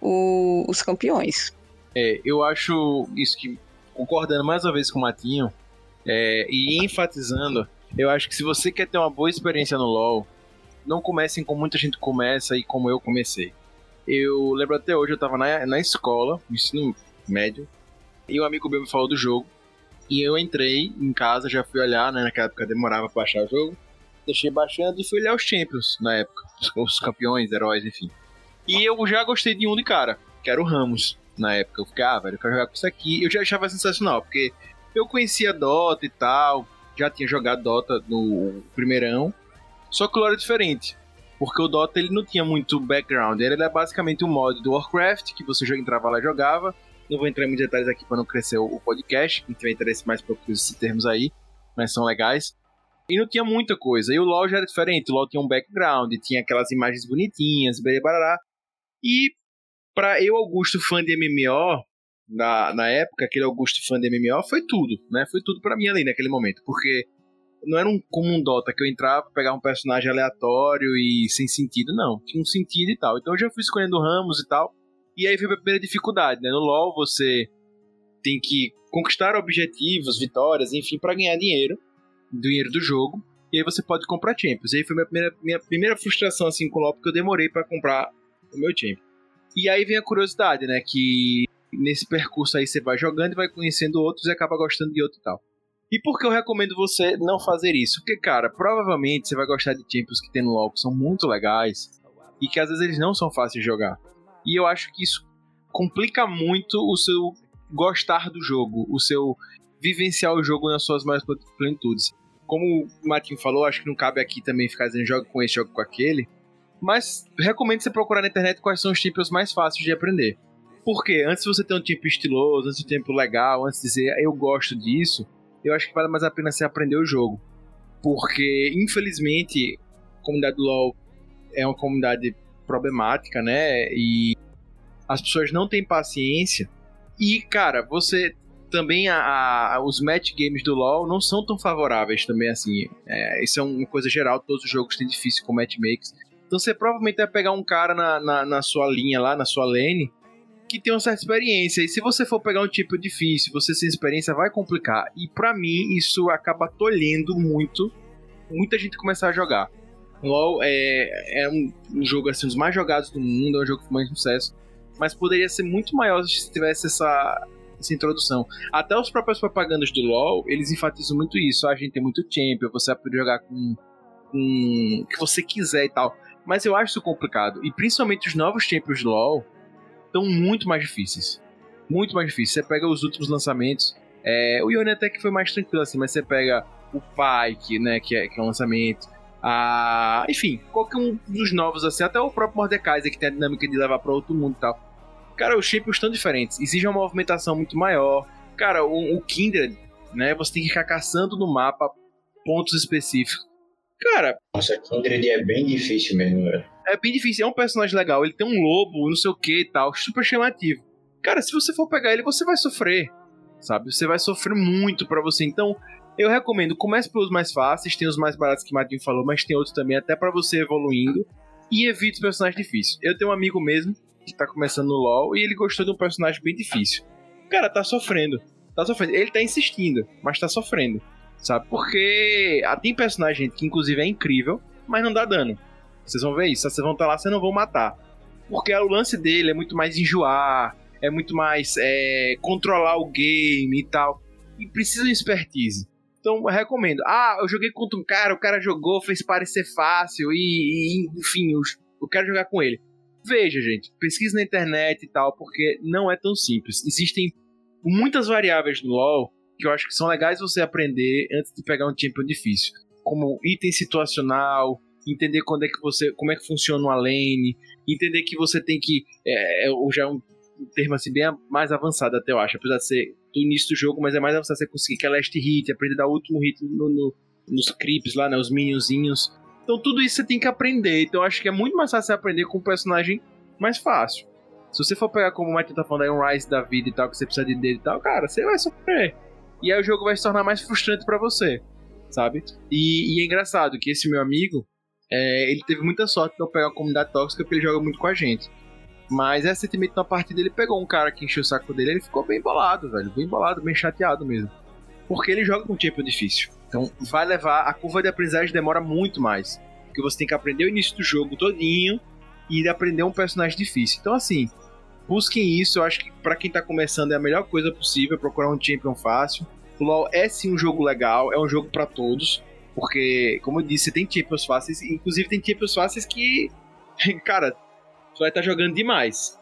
o, os campeões. É, eu acho isso que, concordando mais uma vez com o Matinho, é, e enfatizando, eu acho que se você quer ter uma boa experiência no LoL, não comecem como muita gente começa e como eu comecei. Eu lembro até hoje, eu tava na, na escola, no ensino médio, e um amigo meu me falou do jogo, e eu entrei em casa, já fui olhar, né, naquela época demorava pra baixar o jogo, deixei baixando e fui olhar os Champions na época, os, os campeões, heróis, enfim. E eu já gostei de um de cara, que era o Ramos, na época. Eu fiquei, ah, velho, eu quero jogar com isso aqui. Eu já achava sensacional, porque eu conhecia Dota e tal, já tinha jogado Dota no primeirão, só que o LoL era diferente, porque o Dota ele não tinha muito background, ele era basicamente um mod do Warcraft, que você já entrava lá e jogava. Não vou entrar em muitos detalhes aqui para não crescer o podcast, quem tiver interesse mais para esses termos aí, mas são legais. E não tinha muita coisa, e o LoL já era diferente, o LoL tinha um background, tinha aquelas imagens bonitinhas, barará. E pra eu, Augusto, fã de M M O, na, na época, aquele Augusto fã de M M O, foi tudo, né? Foi tudo pra mim ali naquele momento, porque não era um, como um Dota, que eu entrava, pegava um personagem aleatório e sem sentido, não. Tinha um sentido e tal. Então eu já fui escolhendo ramos e tal, e aí veio a primeira dificuldade, né? No LoL você tem que conquistar objetivos, vitórias, enfim, pra ganhar dinheiro, dinheiro do jogo, e aí você pode comprar Champions. E aí foi minha primeira, minha primeira frustração assim com o LoL, porque eu demorei pra comprar o meu Champion. E aí vem a curiosidade, né, que nesse percurso aí você vai jogando e vai conhecendo outros e acaba gostando de outro e tal. E por que eu recomendo você não fazer isso? Porque, cara, provavelmente você vai gostar de Champions que tem no LoL, que são muito legais, e que às vezes eles não são fáceis de jogar. E eu acho que isso complica muito o seu gostar do jogo, o seu vivenciar o jogo nas suas mais plenitudes. Como o Matinho falou, acho que não cabe aqui também ficar dizendo joga com esse, joga com aquele, mas recomendo você procurar na internet quais são os Champions mais fáceis de aprender. Por quê? Antes de você ter um tempo estiloso, antes de um tempo legal, antes de dizer eu gosto disso, eu acho que vale mais a pena você aprender o jogo. Porque, infelizmente, a comunidade do LoL é uma comunidade problemática, né? E as pessoas não têm paciência. E, cara, você também, a, a, os match games do LoL não são tão favoráveis também, assim. É, isso é uma coisa geral, todos os jogos têm difícil com matchmakers. Então você provavelmente vai pegar um cara na, na, na sua linha lá, na sua lane, que tem uma certa experiência. E se você for pegar um tipo difícil, você sem experiência, vai complicar. E pra mim, isso acaba tolhendo muito muita gente começar a jogar. LoL é, é um, um jogo assim, dos mais jogados do mundo, é um jogo que foi mais sucesso, mas poderia ser muito maior se tivesse essa, essa introdução. Até os próprios propagandas do LoL, eles enfatizam muito isso. A gente tem muito champion, você pode jogar com, com o que você quiser e tal. Mas eu acho isso complicado. E principalmente os novos champions do LoL estão muito mais difíceis. Muito mais difíceis. Você pega os últimos lançamentos. É, o Yone até que foi mais tranquilo assim, mas você pega o Pyke, né, que é, que é um lançamento. Ah, enfim, qualquer um dos novos assim, até o próprio Mordekaiser, que tem a dinâmica de levar para outro mundo e tal. Cara, os champions estão diferentes. Exige uma movimentação muito maior. Cara, o, o Kindred, né, você tem que ficar caçando no mapa pontos específicos. Cara... Nossa, Kindred é bem difícil mesmo, velho. É bem difícil, é um personagem legal, ele tem um lobo, não sei o que e tal, super chamativo. Cara, se você for pegar ele, você vai sofrer. sabe? Você vai sofrer muito pra você. Então, eu recomendo, comece pelos mais fáceis, tem os mais baratos que o Matinho falou, mas tem outros também, até pra você evoluindo. E evite os personagens difíceis. Eu tenho um amigo mesmo que tá começando no LoL e ele gostou de um personagem bem difícil. Cara, tá sofrendo. Tá sofrendo. Ele tá insistindo, mas tá sofrendo, sabe? Porque ah, tem personagem que inclusive é incrível, mas não dá dano. Vocês vão ver isso. Vocês vão estar lá, vocês não vão matar. Porque o lance dele é muito mais enjoar, é muito mais é, controlar o game e tal. E precisa de expertise. Então, eu recomendo. Ah, eu joguei contra um cara, o cara jogou, fez parecer fácil e, e enfim, eu, eu quero jogar com ele. Veja, gente, pesquise na internet e tal, porque não é tão simples. Existem muitas variáveis no LoL que eu acho que são legais você aprender antes de pegar um champion difícil. Como item situacional, entender quando é que você, como é que funciona uma lane, entender que você tem que... É, já é um termo assim bem mais avançado até, eu acho, apesar de ser do início do jogo, mas é mais avançado você conseguir aquela last hit, aprender a dar o último hit no, no, nos creeps lá, né, os minionzinhos. Então tudo isso você tem que aprender. Então eu acho que é muito mais fácil você aprender com um personagem mais fácil. Se você for pegar como o Matheus tá falando aí, um Ryze da vida e tal, que você precisa de dele e tal, cara, você vai sofrer. E aí o jogo vai se tornar mais frustrante pra você, sabe? E, e é engraçado que esse meu amigo, é, ele teve muita sorte de não pegar uma comunidade tóxica, porque ele joga muito com a gente. Mas recentemente na partida ele pegou um cara que encheu o saco dele, ele ficou bem bolado, velho, bem bolado, bem chateado mesmo. Porque ele joga com um champion difícil. Então vai levar, a curva de aprendizagem demora muito mais. Porque você tem que aprender o início do jogo todinho e aprender um personagem difícil. Então assim, busquem isso, eu acho que pra quem tá começando é a melhor coisa possível, procurar um champion fácil. O LoL é sim um jogo legal, é um jogo pra todos. Porque, como eu disse, tem champions fáceis, inclusive tem champions fáceis que, cara... Você vai estar tá jogando demais,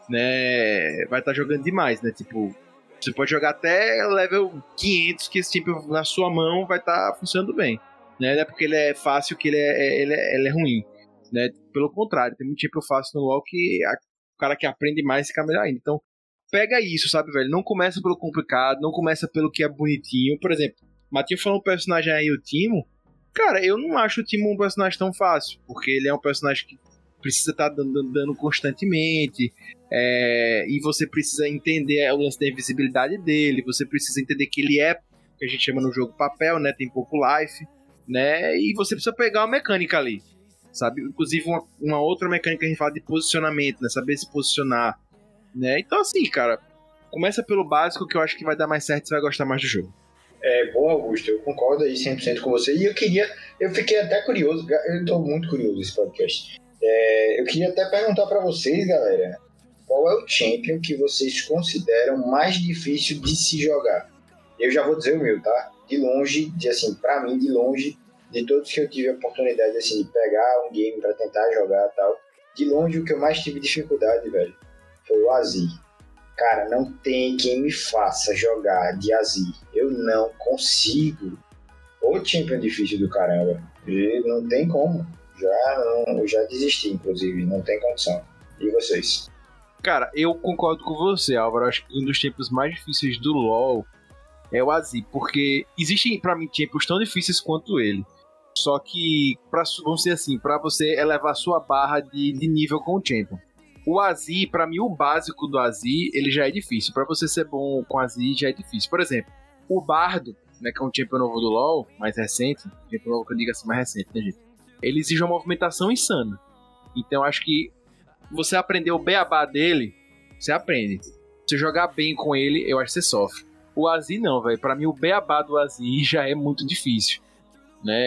né? Vai estar tá jogando demais, né? Tipo, você pode jogar até level quinhentos, que esse champion na sua mão vai estar tá funcionando bem, né? Não é porque ele é fácil que ele é, ele é, ele é ruim, né? Pelo contrário, tem muito champion fácil no LoL que a, o cara que aprende mais fica melhor ainda. Então, pega isso, sabe, velho? Não começa pelo complicado, não começa pelo que é bonitinho. Por exemplo, Matheus falou um personagem aí, o Timo. Cara, eu não acho o Timo um personagem tão fácil, porque ele é um personagem que precisa estar dando, dando constantemente, é, e você precisa entender o lance da invisibilidade dele, você precisa entender que ele é, que a gente chama no jogo papel, né, tem pouco life, né, e você precisa pegar uma mecânica ali, sabe, inclusive uma, uma outra mecânica que a gente fala de posicionamento, né, saber se posicionar, né, então assim, cara, começa pelo básico que eu acho que vai dar mais certo e você vai gostar mais do jogo. É, bom, Augusto, eu concordo aí cem por cento com você, e eu queria, eu fiquei até curioso, eu tô muito curioso nesse podcast. É, eu queria até perguntar para vocês, galera, qual é o champion que vocês consideram mais difícil de se jogar? Eu já vou dizer o meu, tá? De longe, de, assim, para mim, de longe, de todos que eu tive a oportunidade assim, de pegar um game para tentar jogar e tal, de longe o que eu mais tive dificuldade, velho, foi o Azir. Cara, não tem quem me faça jogar de Azir. Eu não consigo. O champion difícil do caramba. E não tem como. Já, não, eu já desisti, inclusive, não tem condição. E vocês? Cara, eu concordo com você, Álvaro. Acho que um dos champions mais difíceis do LoL é o Azir, porque existem pra mim champions tão difíceis quanto ele. Só que, pra, vamos dizer assim, pra você elevar sua barra de, de nível com o champion. O Azir, pra mim, o básico do Azir, ele já é difícil. Pra você ser bom com o Azir, já é difícil. Por exemplo, o Bardo, né, que é um champion novo do LoL, mais recente, champion novo que eu digo assim, mais recente, né, gente? Ele exige uma movimentação insana. Então acho que você aprender o beabá dele, você aprende. Se jogar bem com ele, eu acho que você sofre. O Azir não, velho. Pra mim o beabá do Azir já é muito difícil, né?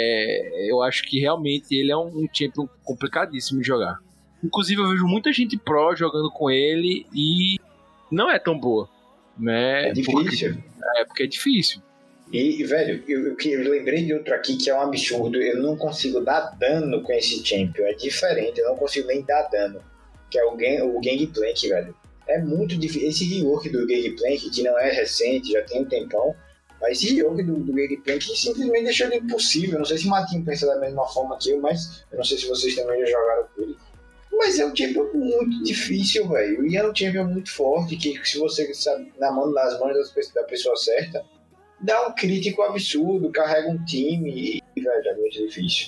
É, eu acho que realmente ele é um, um champion complicadíssimo de jogar. Inclusive eu vejo muita gente pro jogando com ele e não é tão boa, né? É difícil. Porque, é porque é difícil. E, velho, eu, eu, eu lembrei de outro aqui que é um absurdo. Eu não consigo dar dano com esse champion. É diferente, eu não consigo nem dar dano. Que é o, gang, o Gangplank, velho. É muito difícil. Esse rework do Gangplank, que não é recente, já tem um tempão. Mas esse rework do, do Gangplank simplesmente deixou ele impossível. Eu não sei se o Matinho pensa da mesma forma que eu, mas eu não sei se vocês também já jogaram com ele. Mas é um champion muito difícil, velho. E é um champion muito forte, que se você sabe, na mão, nas mãos da pessoa certa, dá um crítico absurdo, carrega um time e, velho, é muito difícil.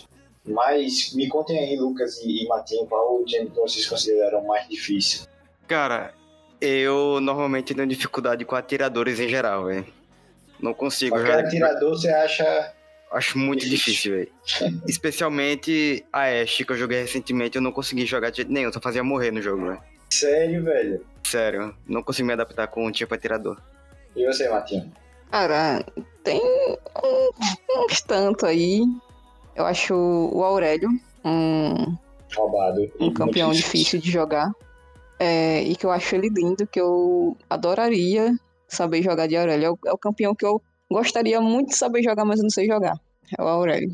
Mas me contem aí, Lucas e, e Matinho, qual o time que vocês consideram mais difícil? Cara, Eu normalmente tenho dificuldade com atiradores em geral, velho. Não consigo. Qualquer já... atirador você acha... Acho muito difícil, velho. Especialmente a Ashe, que eu joguei recentemente, eu não consegui jogar de jeito nenhum, só fazia morrer no jogo, velho. Sério, velho? Sério, não consigo me adaptar com um tipo atirador. E você, Matinho? Cara, tem um, uns tanto aí. Eu acho o Aurélio um, Roubado. um campeão difícil de jogar. É, e que eu acho ele lindo, que eu adoraria saber jogar de Aurélio. É o, é o campeão que eu gostaria muito de saber jogar, mas eu não sei jogar. É o Aurélio.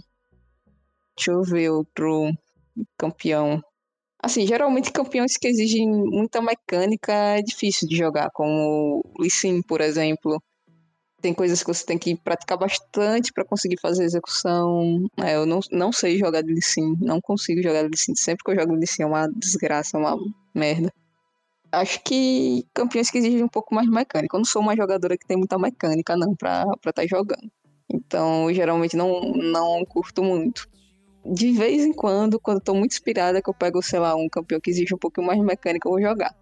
Deixa eu ver outro campeão. Assim, geralmente campeões que exigem muita mecânica é difícil de jogar, como o Lee Sin, por exemplo. Tem coisas que você tem que praticar bastante para conseguir fazer a execução. É, eu não, não sei jogar de Lee Sin, não consigo jogar de Lee Sin. Sempre que eu jogo de Lee Sin é uma desgraça, é uma merda. Acho que campeões que exigem um pouco mais de mecânica. Eu não sou uma jogadora que tem muita mecânica, não, pra estar tá jogando. Então, eu geralmente não, não curto muito. De vez em quando, quando eu tô muito inspirada, que eu pego, sei lá, um campeão que exige um pouquinho mais de mecânica, eu vou jogar.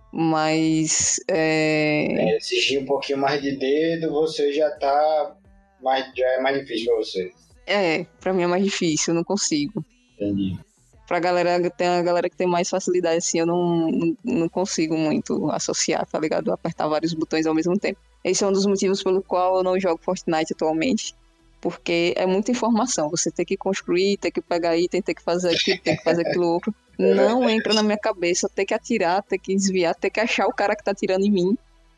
Mas, é... é... exigir um pouquinho mais de dedo, você já tá... Mais, já é mais difícil pra você. É, pra mim é mais difícil, eu não consigo. Entendi. Pra galera, tem a galera que tem mais facilidade, assim, eu não, não, não consigo muito associar, tá ligado? Apertar vários botões ao mesmo tempo. Esse é um dos motivos pelo qual eu não jogo Fortnite atualmente, porque é muita informação. Você tem que construir, tem que pegar item, tem que fazer aquilo, tem que fazer aquilo outro. Não entra na minha cabeça, ter que atirar, ter que desviar, ter que achar o cara que tá atirando em mim.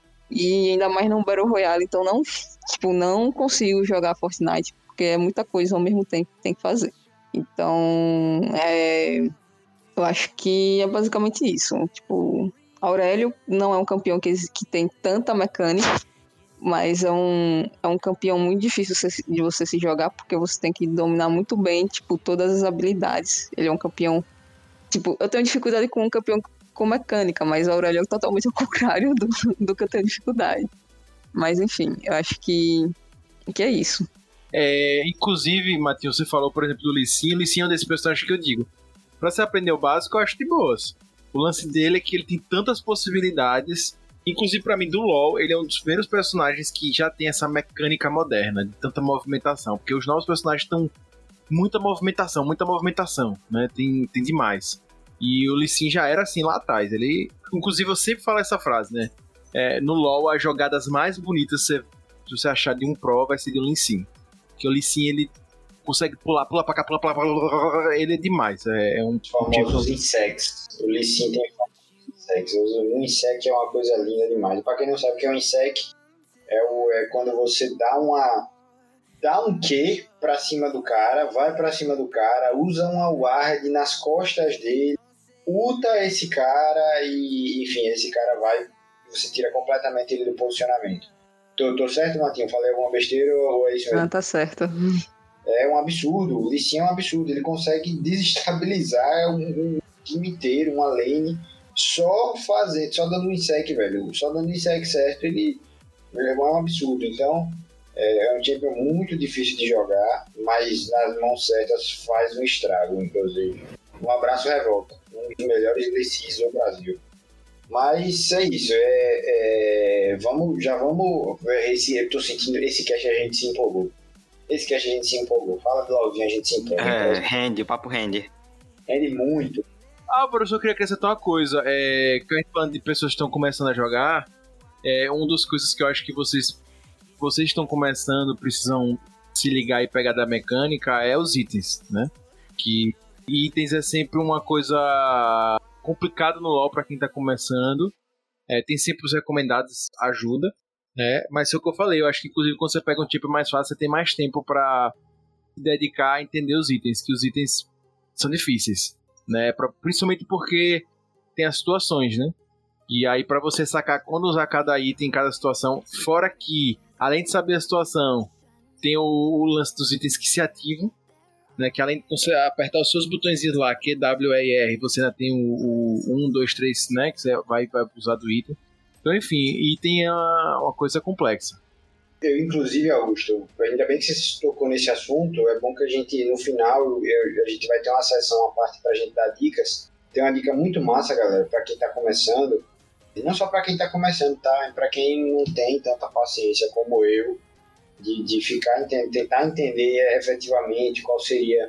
E ainda mais num Battle Royale, então não, tipo, não consigo jogar Fortnite, porque é muita coisa ao mesmo tempo que tem que fazer. Então, é, eu acho que é basicamente isso. Tipo, Aurélio não é um campeão que, que tem tanta mecânica, mas é um, é um campeão muito difícil de você se jogar, porque você tem que dominar muito bem, tipo, todas as habilidades. Ele é um campeão... Tipo, eu tenho dificuldade com um campeão com mecânica, mas o Aurélio é totalmente ao contrário do, do que eu tenho dificuldade. Mas, enfim, eu acho que, que é isso. É, inclusive, Matheus, você falou, por exemplo, do Lee Sin. O Lee Sin é um desses personagens que eu digo, pra você aprender o básico, eu acho de boas. O lance dele é que ele tem tantas possibilidades. Inclusive, pra mim, do LoL, ele é um dos primeiros personagens que já tem essa mecânica moderna, de tanta movimentação. Porque os novos personagens estão muita movimentação, muita movimentação, né? Tem, tem demais. E o Lee Sin já era assim lá atrás. Ele, inclusive, eu sempre falo essa frase, né? É, no LoL, as jogadas mais bonitas, se você achar de um pro, vai ser de um Lee Sin. Porque o Lee Sin, ele consegue pular, pular pra cá, pular pra lá, ele é demais. É, é um Os famosos insects. O Lee Sin tem insects. O insect é uma coisa linda demais. Pra quem não sabe o que é um insect, é, o, é quando você dá uma... dá um Q pra cima do cara, vai pra cima do cara, usa uma ward nas costas dele, ulta esse cara e, enfim, esse cara vai, você tira completamente ele do posicionamento. Tô, tô certo, Matinho? Falei alguma besteira ou é isso mesmo? Não, tá certo. É um absurdo, o Lee Sin é um absurdo, ele consegue desestabilizar um, um time inteiro, uma lane, só fazendo, só dando um insect, velho, só dando um insect certo, ele, ele é um absurdo, então é um champion muito difícil de jogar, mas nas mãos certas faz um estrago, inclusive. Um abraço, Revolta, um dos melhores Lee Sins do Brasil. Mas é isso, é, é, vamos, já vamos. Esse, eu tô sentindo, esse cast a gente se empolgou. Esse cast a gente se empolgou. Fala do Alvinho, a gente se empolgou. É, rende, o papo rende. Rende muito. Ah, professor, eu queria acrescentar uma coisa. É, que a gente falando de pessoas que estão começando a jogar, é uma das coisas que eu acho que vocês, vocês estão começando, precisam se ligar e pegar da mecânica, é os itens, né? Que itens é sempre uma coisa complicado no LoL para quem tá começando. É, tem sempre os recomendados, ajuda, né? Mas é o que eu falei, eu acho que inclusive quando você pega um tipo mais fácil, você tem mais tempo para se dedicar a entender os itens, que os itens são difíceis, né? Pra, principalmente porque tem as situações, né? E aí para você sacar quando usar cada item em cada situação, fora que, além de saber a situação, tem o, o lance dos itens que se ativam, né, que além de você apertar os seus botõezinhos lá, Q, W, E e R, você ainda tem o um, dois, três, né, que você vai, vai usar do item. Então, enfim, item é uma coisa complexa. Eu, inclusive, Augusto, ainda bem que você tocou nesse assunto, é bom que a gente, no final, eu, a gente vai ter uma sessão, uma parte pra gente dar dicas. Tem uma dica muito massa, galera, pra quem tá começando, Não só para quem está começando, tá? Para quem não tem tanta paciência como eu, de, de ficar, tentar entender efetivamente qual seria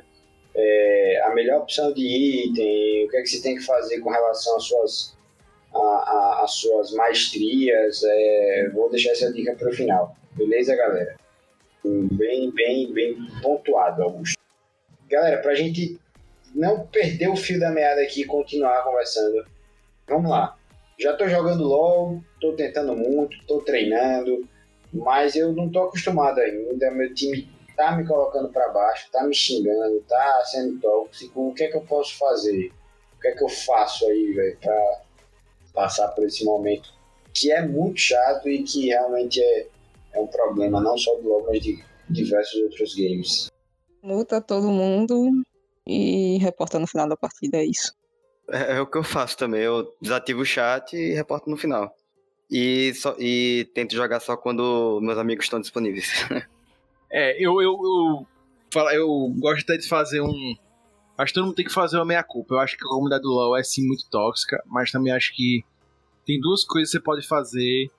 é, a melhor opção de item, o que é que você tem que fazer com relação às suas, a, a, às suas maestrias. É, vou deixar essa dica para o final. Beleza, galera? Bem, bem, bem pontuado, Augusto. Galera, para a gente não perder o fio da meada aqui e continuar conversando, vamos lá. Já tô jogando LoL, tô tentando muito, tô treinando, mas eu não tô acostumado ainda. Meu time tá me colocando para baixo, tá me xingando, tá sendo tóxico. O que é que eu posso fazer? O que é que eu faço aí, velho, pra passar por esse momento que é muito chato e que realmente é, é um problema, não só do LoL, mas de diversos outros games. Multa todo mundo e reporta no final da partida, é isso. É, é o que eu faço também, eu desativo o chat e reporto no final. E, só, e tento jogar só quando meus amigos estão disponíveis. É, eu, eu, eu, eu, eu gosto até de fazer um... Acho que todo mundo tem que fazer uma meia-culpa. Eu acho que a comunidade do LoL é sim muito tóxica, mas também acho que tem duas coisas que você pode fazer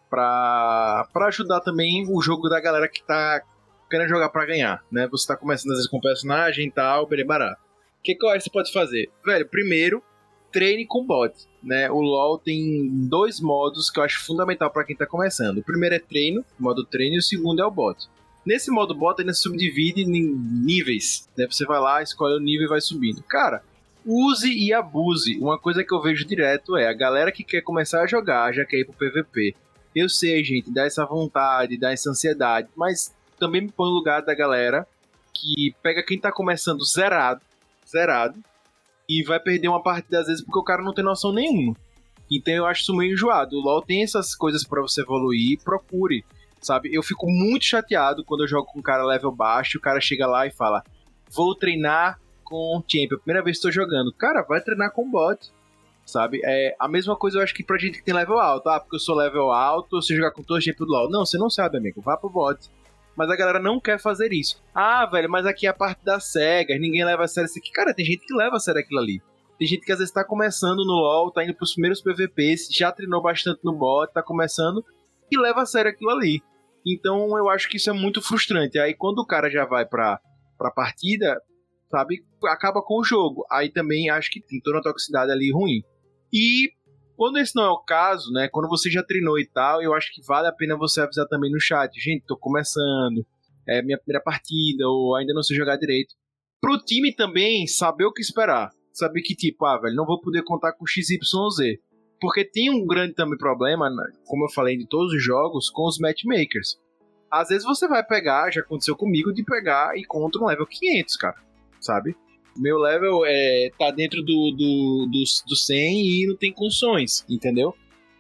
pra, pra ajudar também o jogo da galera que tá querendo jogar pra ganhar, né? Você tá começando às vezes com personagem e tal, berebará. O que, que eu acho que você pode fazer? Velho, primeiro, treine com bot, né? O LoL tem dois modos que eu acho fundamental pra quem tá começando. O primeiro é treino, modo treino, e o segundo é o bot. Nesse modo bot, ele se subdivide em níveis, né? Você vai lá, escolhe o nível e vai subindo. Cara, use e abuse. Uma coisa que eu vejo direto é a galera que quer começar a jogar, já quer ir pro P V P. Eu sei, gente, dá essa vontade, dá essa ansiedade, mas também me põe no lugar da galera que pega quem tá começando zerado, zerado, e vai perder uma partida às vezes porque o cara não tem noção nenhuma. Então eu acho isso meio enjoado. O LoL tem essas coisas pra você evoluir, procure, sabe? Eu fico muito chateado quando eu jogo com um cara level baixo, o cara chega lá e fala, vou treinar com Champion, primeira vez que tô jogando. Cara, vai treinar com bot, sabe? É a mesma coisa eu acho que pra gente que tem level alto. Ah, porque eu sou level alto, eu sei jogar com todo Champion do LoL. Não, você não sabe, amigo, vá pro bot. Mas a galera não quer fazer isso. Ah, velho, mas aqui é a parte das cegas, ninguém leva a sério isso aqui. Cara, tem gente que leva a sério aquilo ali. Tem gente que às vezes tá começando no LoL, tá indo pros primeiros P V Ps, já treinou bastante no bot, tá começando e leva a sério aquilo ali. Então eu acho que isso é muito frustrante. Aí quando o cara já vai pra, pra partida, sabe, acaba com o jogo. Aí também acho que tem toda uma toxicidade ali ruim. E quando esse não é o caso, né, quando você já treinou e tal, eu acho que vale a pena você avisar também no chat. Gente, tô começando, é minha primeira partida, ou ainda não sei jogar direito. Pro time também saber o que esperar. Saber que tipo, ah, velho, não vou poder contar com X Y Z. Porque tem um grande também problema, como eu falei, de todos os jogos, com os matchmakers. Às vezes você vai pegar, já aconteceu comigo, de pegar e contra um level quinhentos, cara, sabe? Meu level é, tá dentro do, do, do, do cem e não tem condições, entendeu?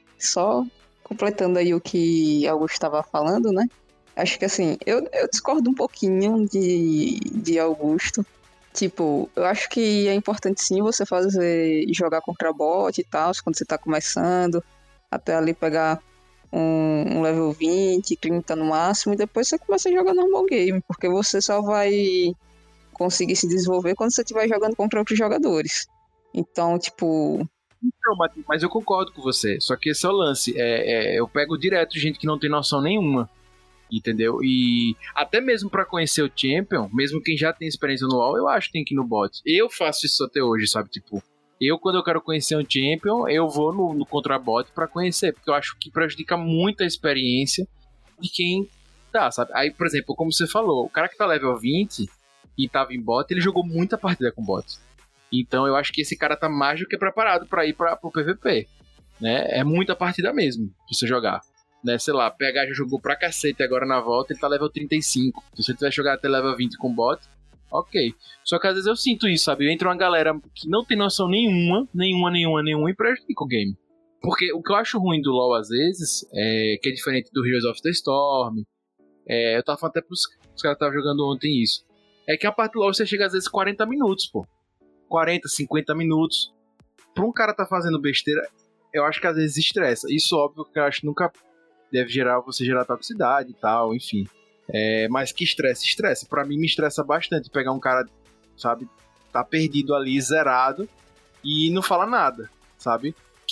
Só completando aí o que Augusto estava falando, né? Acho que assim, eu, eu discordo um pouquinho de, de Augusto. Tipo, eu acho que é importante sim você fazer, jogar contra bot e tal, quando você tá começando, até ali pegar um, um level vinte, trinta no máximo, e depois você começa a jogar normal game, porque você só vai conseguir se desenvolver quando você estiver jogando contra outros jogadores. Então, tipo... Não, mas eu concordo com você, só que esse é o lance. É, é, eu pego direto gente que não tem noção nenhuma, entendeu? E até mesmo pra conhecer o Champion, mesmo quem já tem experiência no LoL, eu acho que tem que ir no bot. Eu faço isso até hoje, sabe? Tipo, eu quando eu quero conhecer um Champion, eu vou no, no contra bot pra conhecer, porque eu acho que prejudica muito a experiência de quem tá, sabe? Aí, por exemplo, como você falou, o cara que tá level vinte e tava em bot, ele jogou muita partida com bot. Então eu acho que esse cara tá mais do que preparado pra ir pra, pro P V P, né? É muita partida mesmo pra você jogar, né? Sei lá, P H já jogou pra cacete agora na volta, ele tá level trinta e cinco. Se você tiver jogar até level vinte com bot, ok. Só que às vezes eu sinto isso, sabe? Entra uma galera que não tem noção nenhuma, nenhuma, nenhuma, nenhuma e prejudica o game. Porque o que eu acho ruim do LoL às vezes, é que é diferente do Heroes of the Storm, é, eu tava falando até pros os caras que estavam jogando ontem isso, é que a parte do LoL você chega às vezes quarenta minutos, pô. quarenta, cinquenta minutos. Pra um cara tá fazendo besteira, eu acho que às vezes estressa. Isso, óbvio, que eu acho que nunca deve gerar, você gerar toxicidade e tal, enfim. É, mas que estresse, estressa. Pra mim me estressa bastante pegar um cara, sabe, tá perdido ali, zerado, e não fala nada, sabe?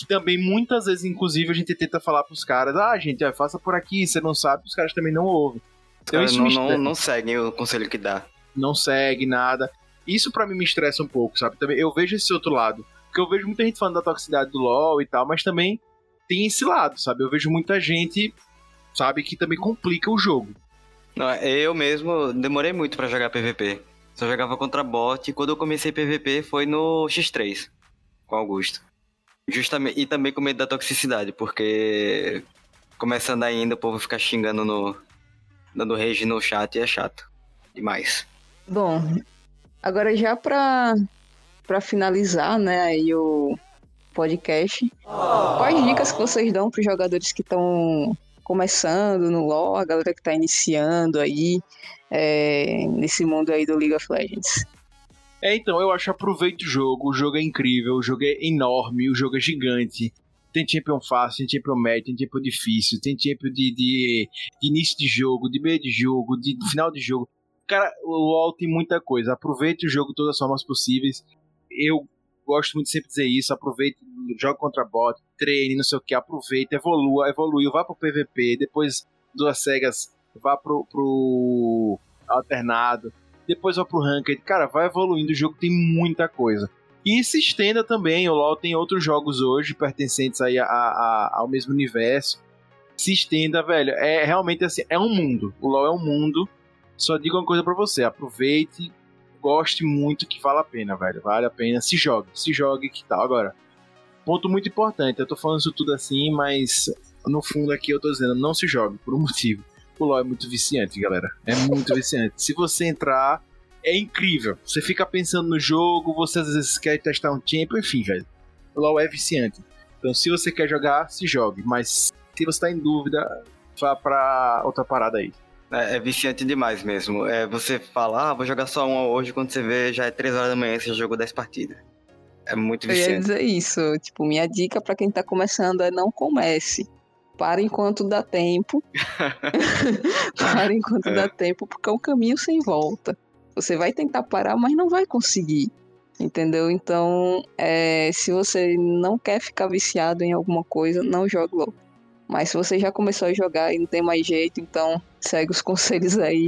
que também muitas vezes, inclusive, a gente tenta falar pros caras, ah, gente, ó, faça por aqui, você não sabe, os caras também não ouvem. Então, Os caras isso não, me não, estressa. não seguem o conselho que dá. Não segue nada. Isso pra mim me estressa um pouco, sabe? Também eu vejo esse outro lado. Porque eu vejo muita gente falando da toxicidade do LoL e tal, mas também tem esse lado, sabe? Eu vejo muita gente, sabe, que também complica o jogo. Não, eu mesmo demorei muito pra jogar P V P. Só jogava contra bot e quando eu comecei P V P foi no X três, com Augusto. Justamente, e também com medo da toxicidade, porque começando ainda o povo fica xingando no... dando rage no chat e é chato demais. Bom, agora já pra, pra finalizar, né, aí o podcast, quais dicas que vocês dão pros jogadores que estão começando no LoL, a galera que tá iniciando aí é, nesse mundo aí do League of Legends? É, então, eu acho, aproveite o jogo, o jogo é incrível, o jogo é enorme, o jogo é gigante. Tem champion fácil, tem champion médio, tem champion difícil, tem champion de, de, de início de jogo, de meio de jogo, de, de final de jogo. Cara, o LoL tem muita coisa. Aproveite o jogo de todas as formas possíveis. Eu gosto muito de sempre dizer isso. Aproveite, joga contra bot, treine, não sei o que, aproveite, evolua, evoluiu, vá pro P V P, depois duas cegas, vá pro, pro alternado, depois vá pro ranked. Cara, vai evoluindo, o jogo tem muita coisa. E se estenda também, o LoL tem outros jogos hoje pertencentes aí a, a, ao mesmo universo. Se estenda, velho, é realmente assim, é um mundo. O LoL é um mundo. Só digo uma coisa pra você, aproveite, goste muito, que vale a pena, velho. Vale a pena, se jogue, se jogue, que tal. Agora, ponto muito importante, eu tô falando isso tudo assim, mas no fundo aqui eu tô dizendo, não se jogue, por um motivo. O LoL é muito viciante, galera. É muito viciante. Se você entrar, é incrível. Você fica pensando no jogo, você às vezes quer testar um champion, enfim, velho. O LoL é viciante. Então, se você quer jogar, se jogue. Mas se você tá em dúvida, vá pra outra parada aí. É, é viciante demais mesmo. É, você fala, ah, vou jogar só uma hoje, quando você vê, já é três horas da manhã, você já jogou dez partidas. É muito Eu ia viciante. dizer isso, tipo, minha dica pra quem tá começando é não comece. Para enquanto dá tempo. Para enquanto É. dá tempo, porque é um caminho sem volta. Você vai tentar parar, mas não vai conseguir. Entendeu? Então, é, se você não quer ficar viciado em alguma coisa, não jogue LoL. Mas se você já começou a jogar e não tem mais jeito, então segue os conselhos aí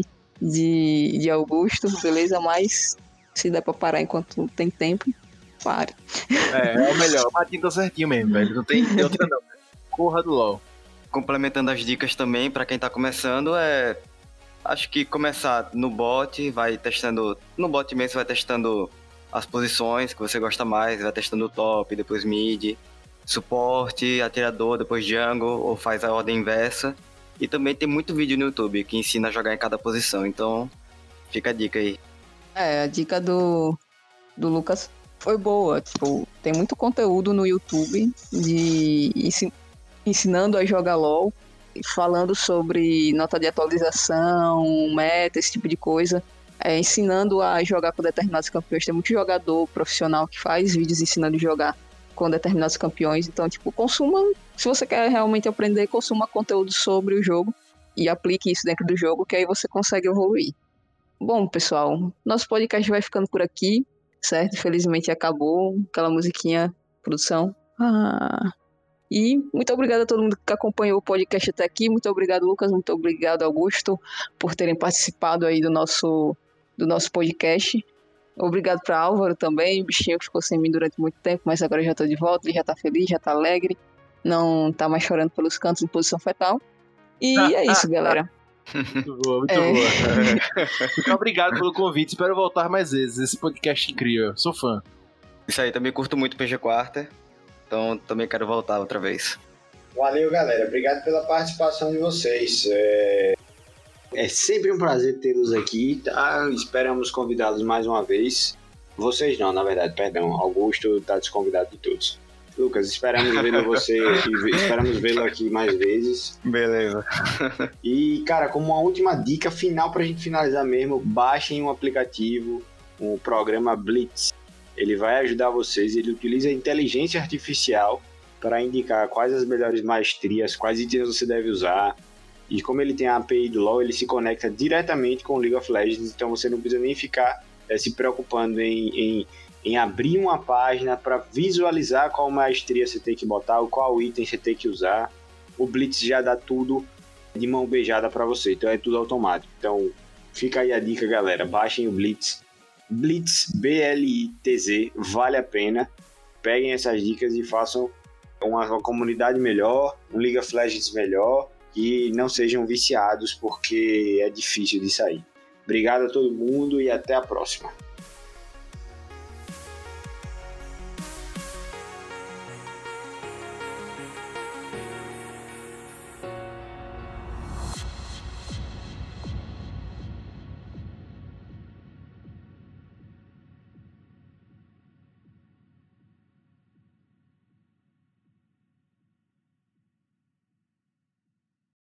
de, de Augusto, beleza? Mas se der pra parar enquanto tem tempo, pare. É, é o melhor. O Matinho tá certinho mesmo, velho. Não tem outra não. Corra do LoL. Complementando as dicas também, pra quem tá começando, é... acho que começar no bot, vai testando... No bot mesmo, você vai testando as posições que você gosta mais, vai testando o top, depois mid, suporte, atirador, depois jungle, ou faz a ordem inversa. E também tem muito vídeo no YouTube que ensina a jogar em cada posição, então fica a dica aí. É, a dica do, do Lucas foi boa. Tipo, tem muito conteúdo no YouTube de ensin- ensinando a jogar LoL, falando sobre nota de atualização, meta, esse tipo de coisa. É, ensinando a jogar com determinados campeões. Tem muito jogador profissional que faz vídeos ensinando a jogar com determinados campeões. Então, tipo, consuma, se você quer realmente aprender, consuma conteúdo sobre o jogo e aplique isso dentro do jogo, que aí você consegue evoluir. Bom, pessoal, nosso podcast vai ficando por aqui, certo? Infelizmente acabou aquela musiquinha, produção. Ah... E muito obrigado a todo mundo que acompanhou o podcast até aqui. Muito obrigado, Lucas. Muito obrigado, Augusto, por terem participado aí do nosso, do nosso podcast. Obrigado para Álvaro também, o bichinho que ficou sem mim durante muito tempo, mas agora já estou de volta, ele já está feliz, já está alegre, não está mais chorando pelos cantos em posição fetal. E é isso, galera. Muito boa, muito É. boa. Muito obrigado pelo convite. Espero voltar mais vezes. Esse podcast é incrível. Sou fã. Isso aí, também curto muito P G Quarta, então também quero voltar outra vez. Valeu, galera. Obrigado pela participação de vocês. É, é sempre um prazer tê-los aqui, tá? Esperamos convidá-los mais uma vez. Vocês não, na verdade, perdão. Augusto está desconvidado de todos. Lucas, esperamos vê-lo você e esperamos vê-lo aqui mais vezes. Beleza. E, cara, como uma última dica final pra gente finalizar mesmo, baixem um aplicativo, o programa Blitz. Ele vai ajudar vocês, ele utiliza a inteligência artificial para indicar quais as melhores maestrias, quais itens você deve usar. E como ele tem a A P I do LoL, ele se conecta diretamente com o League of Legends, então você não precisa nem ficar é, se preocupando em, em, em abrir uma página para visualizar qual maestria você tem que botar, qual item você tem que usar. O Blitz já dá tudo de mão beijada para você, então é tudo automático. Então fica aí a dica, galera, baixem o Blitz, Blitz, B L I T Z, vale a pena. Peguem essas dicas e façam uma, uma comunidade melhor, um League of Legends melhor, e não sejam viciados, porque é difícil de sair. Obrigado a todo mundo e até a próxima.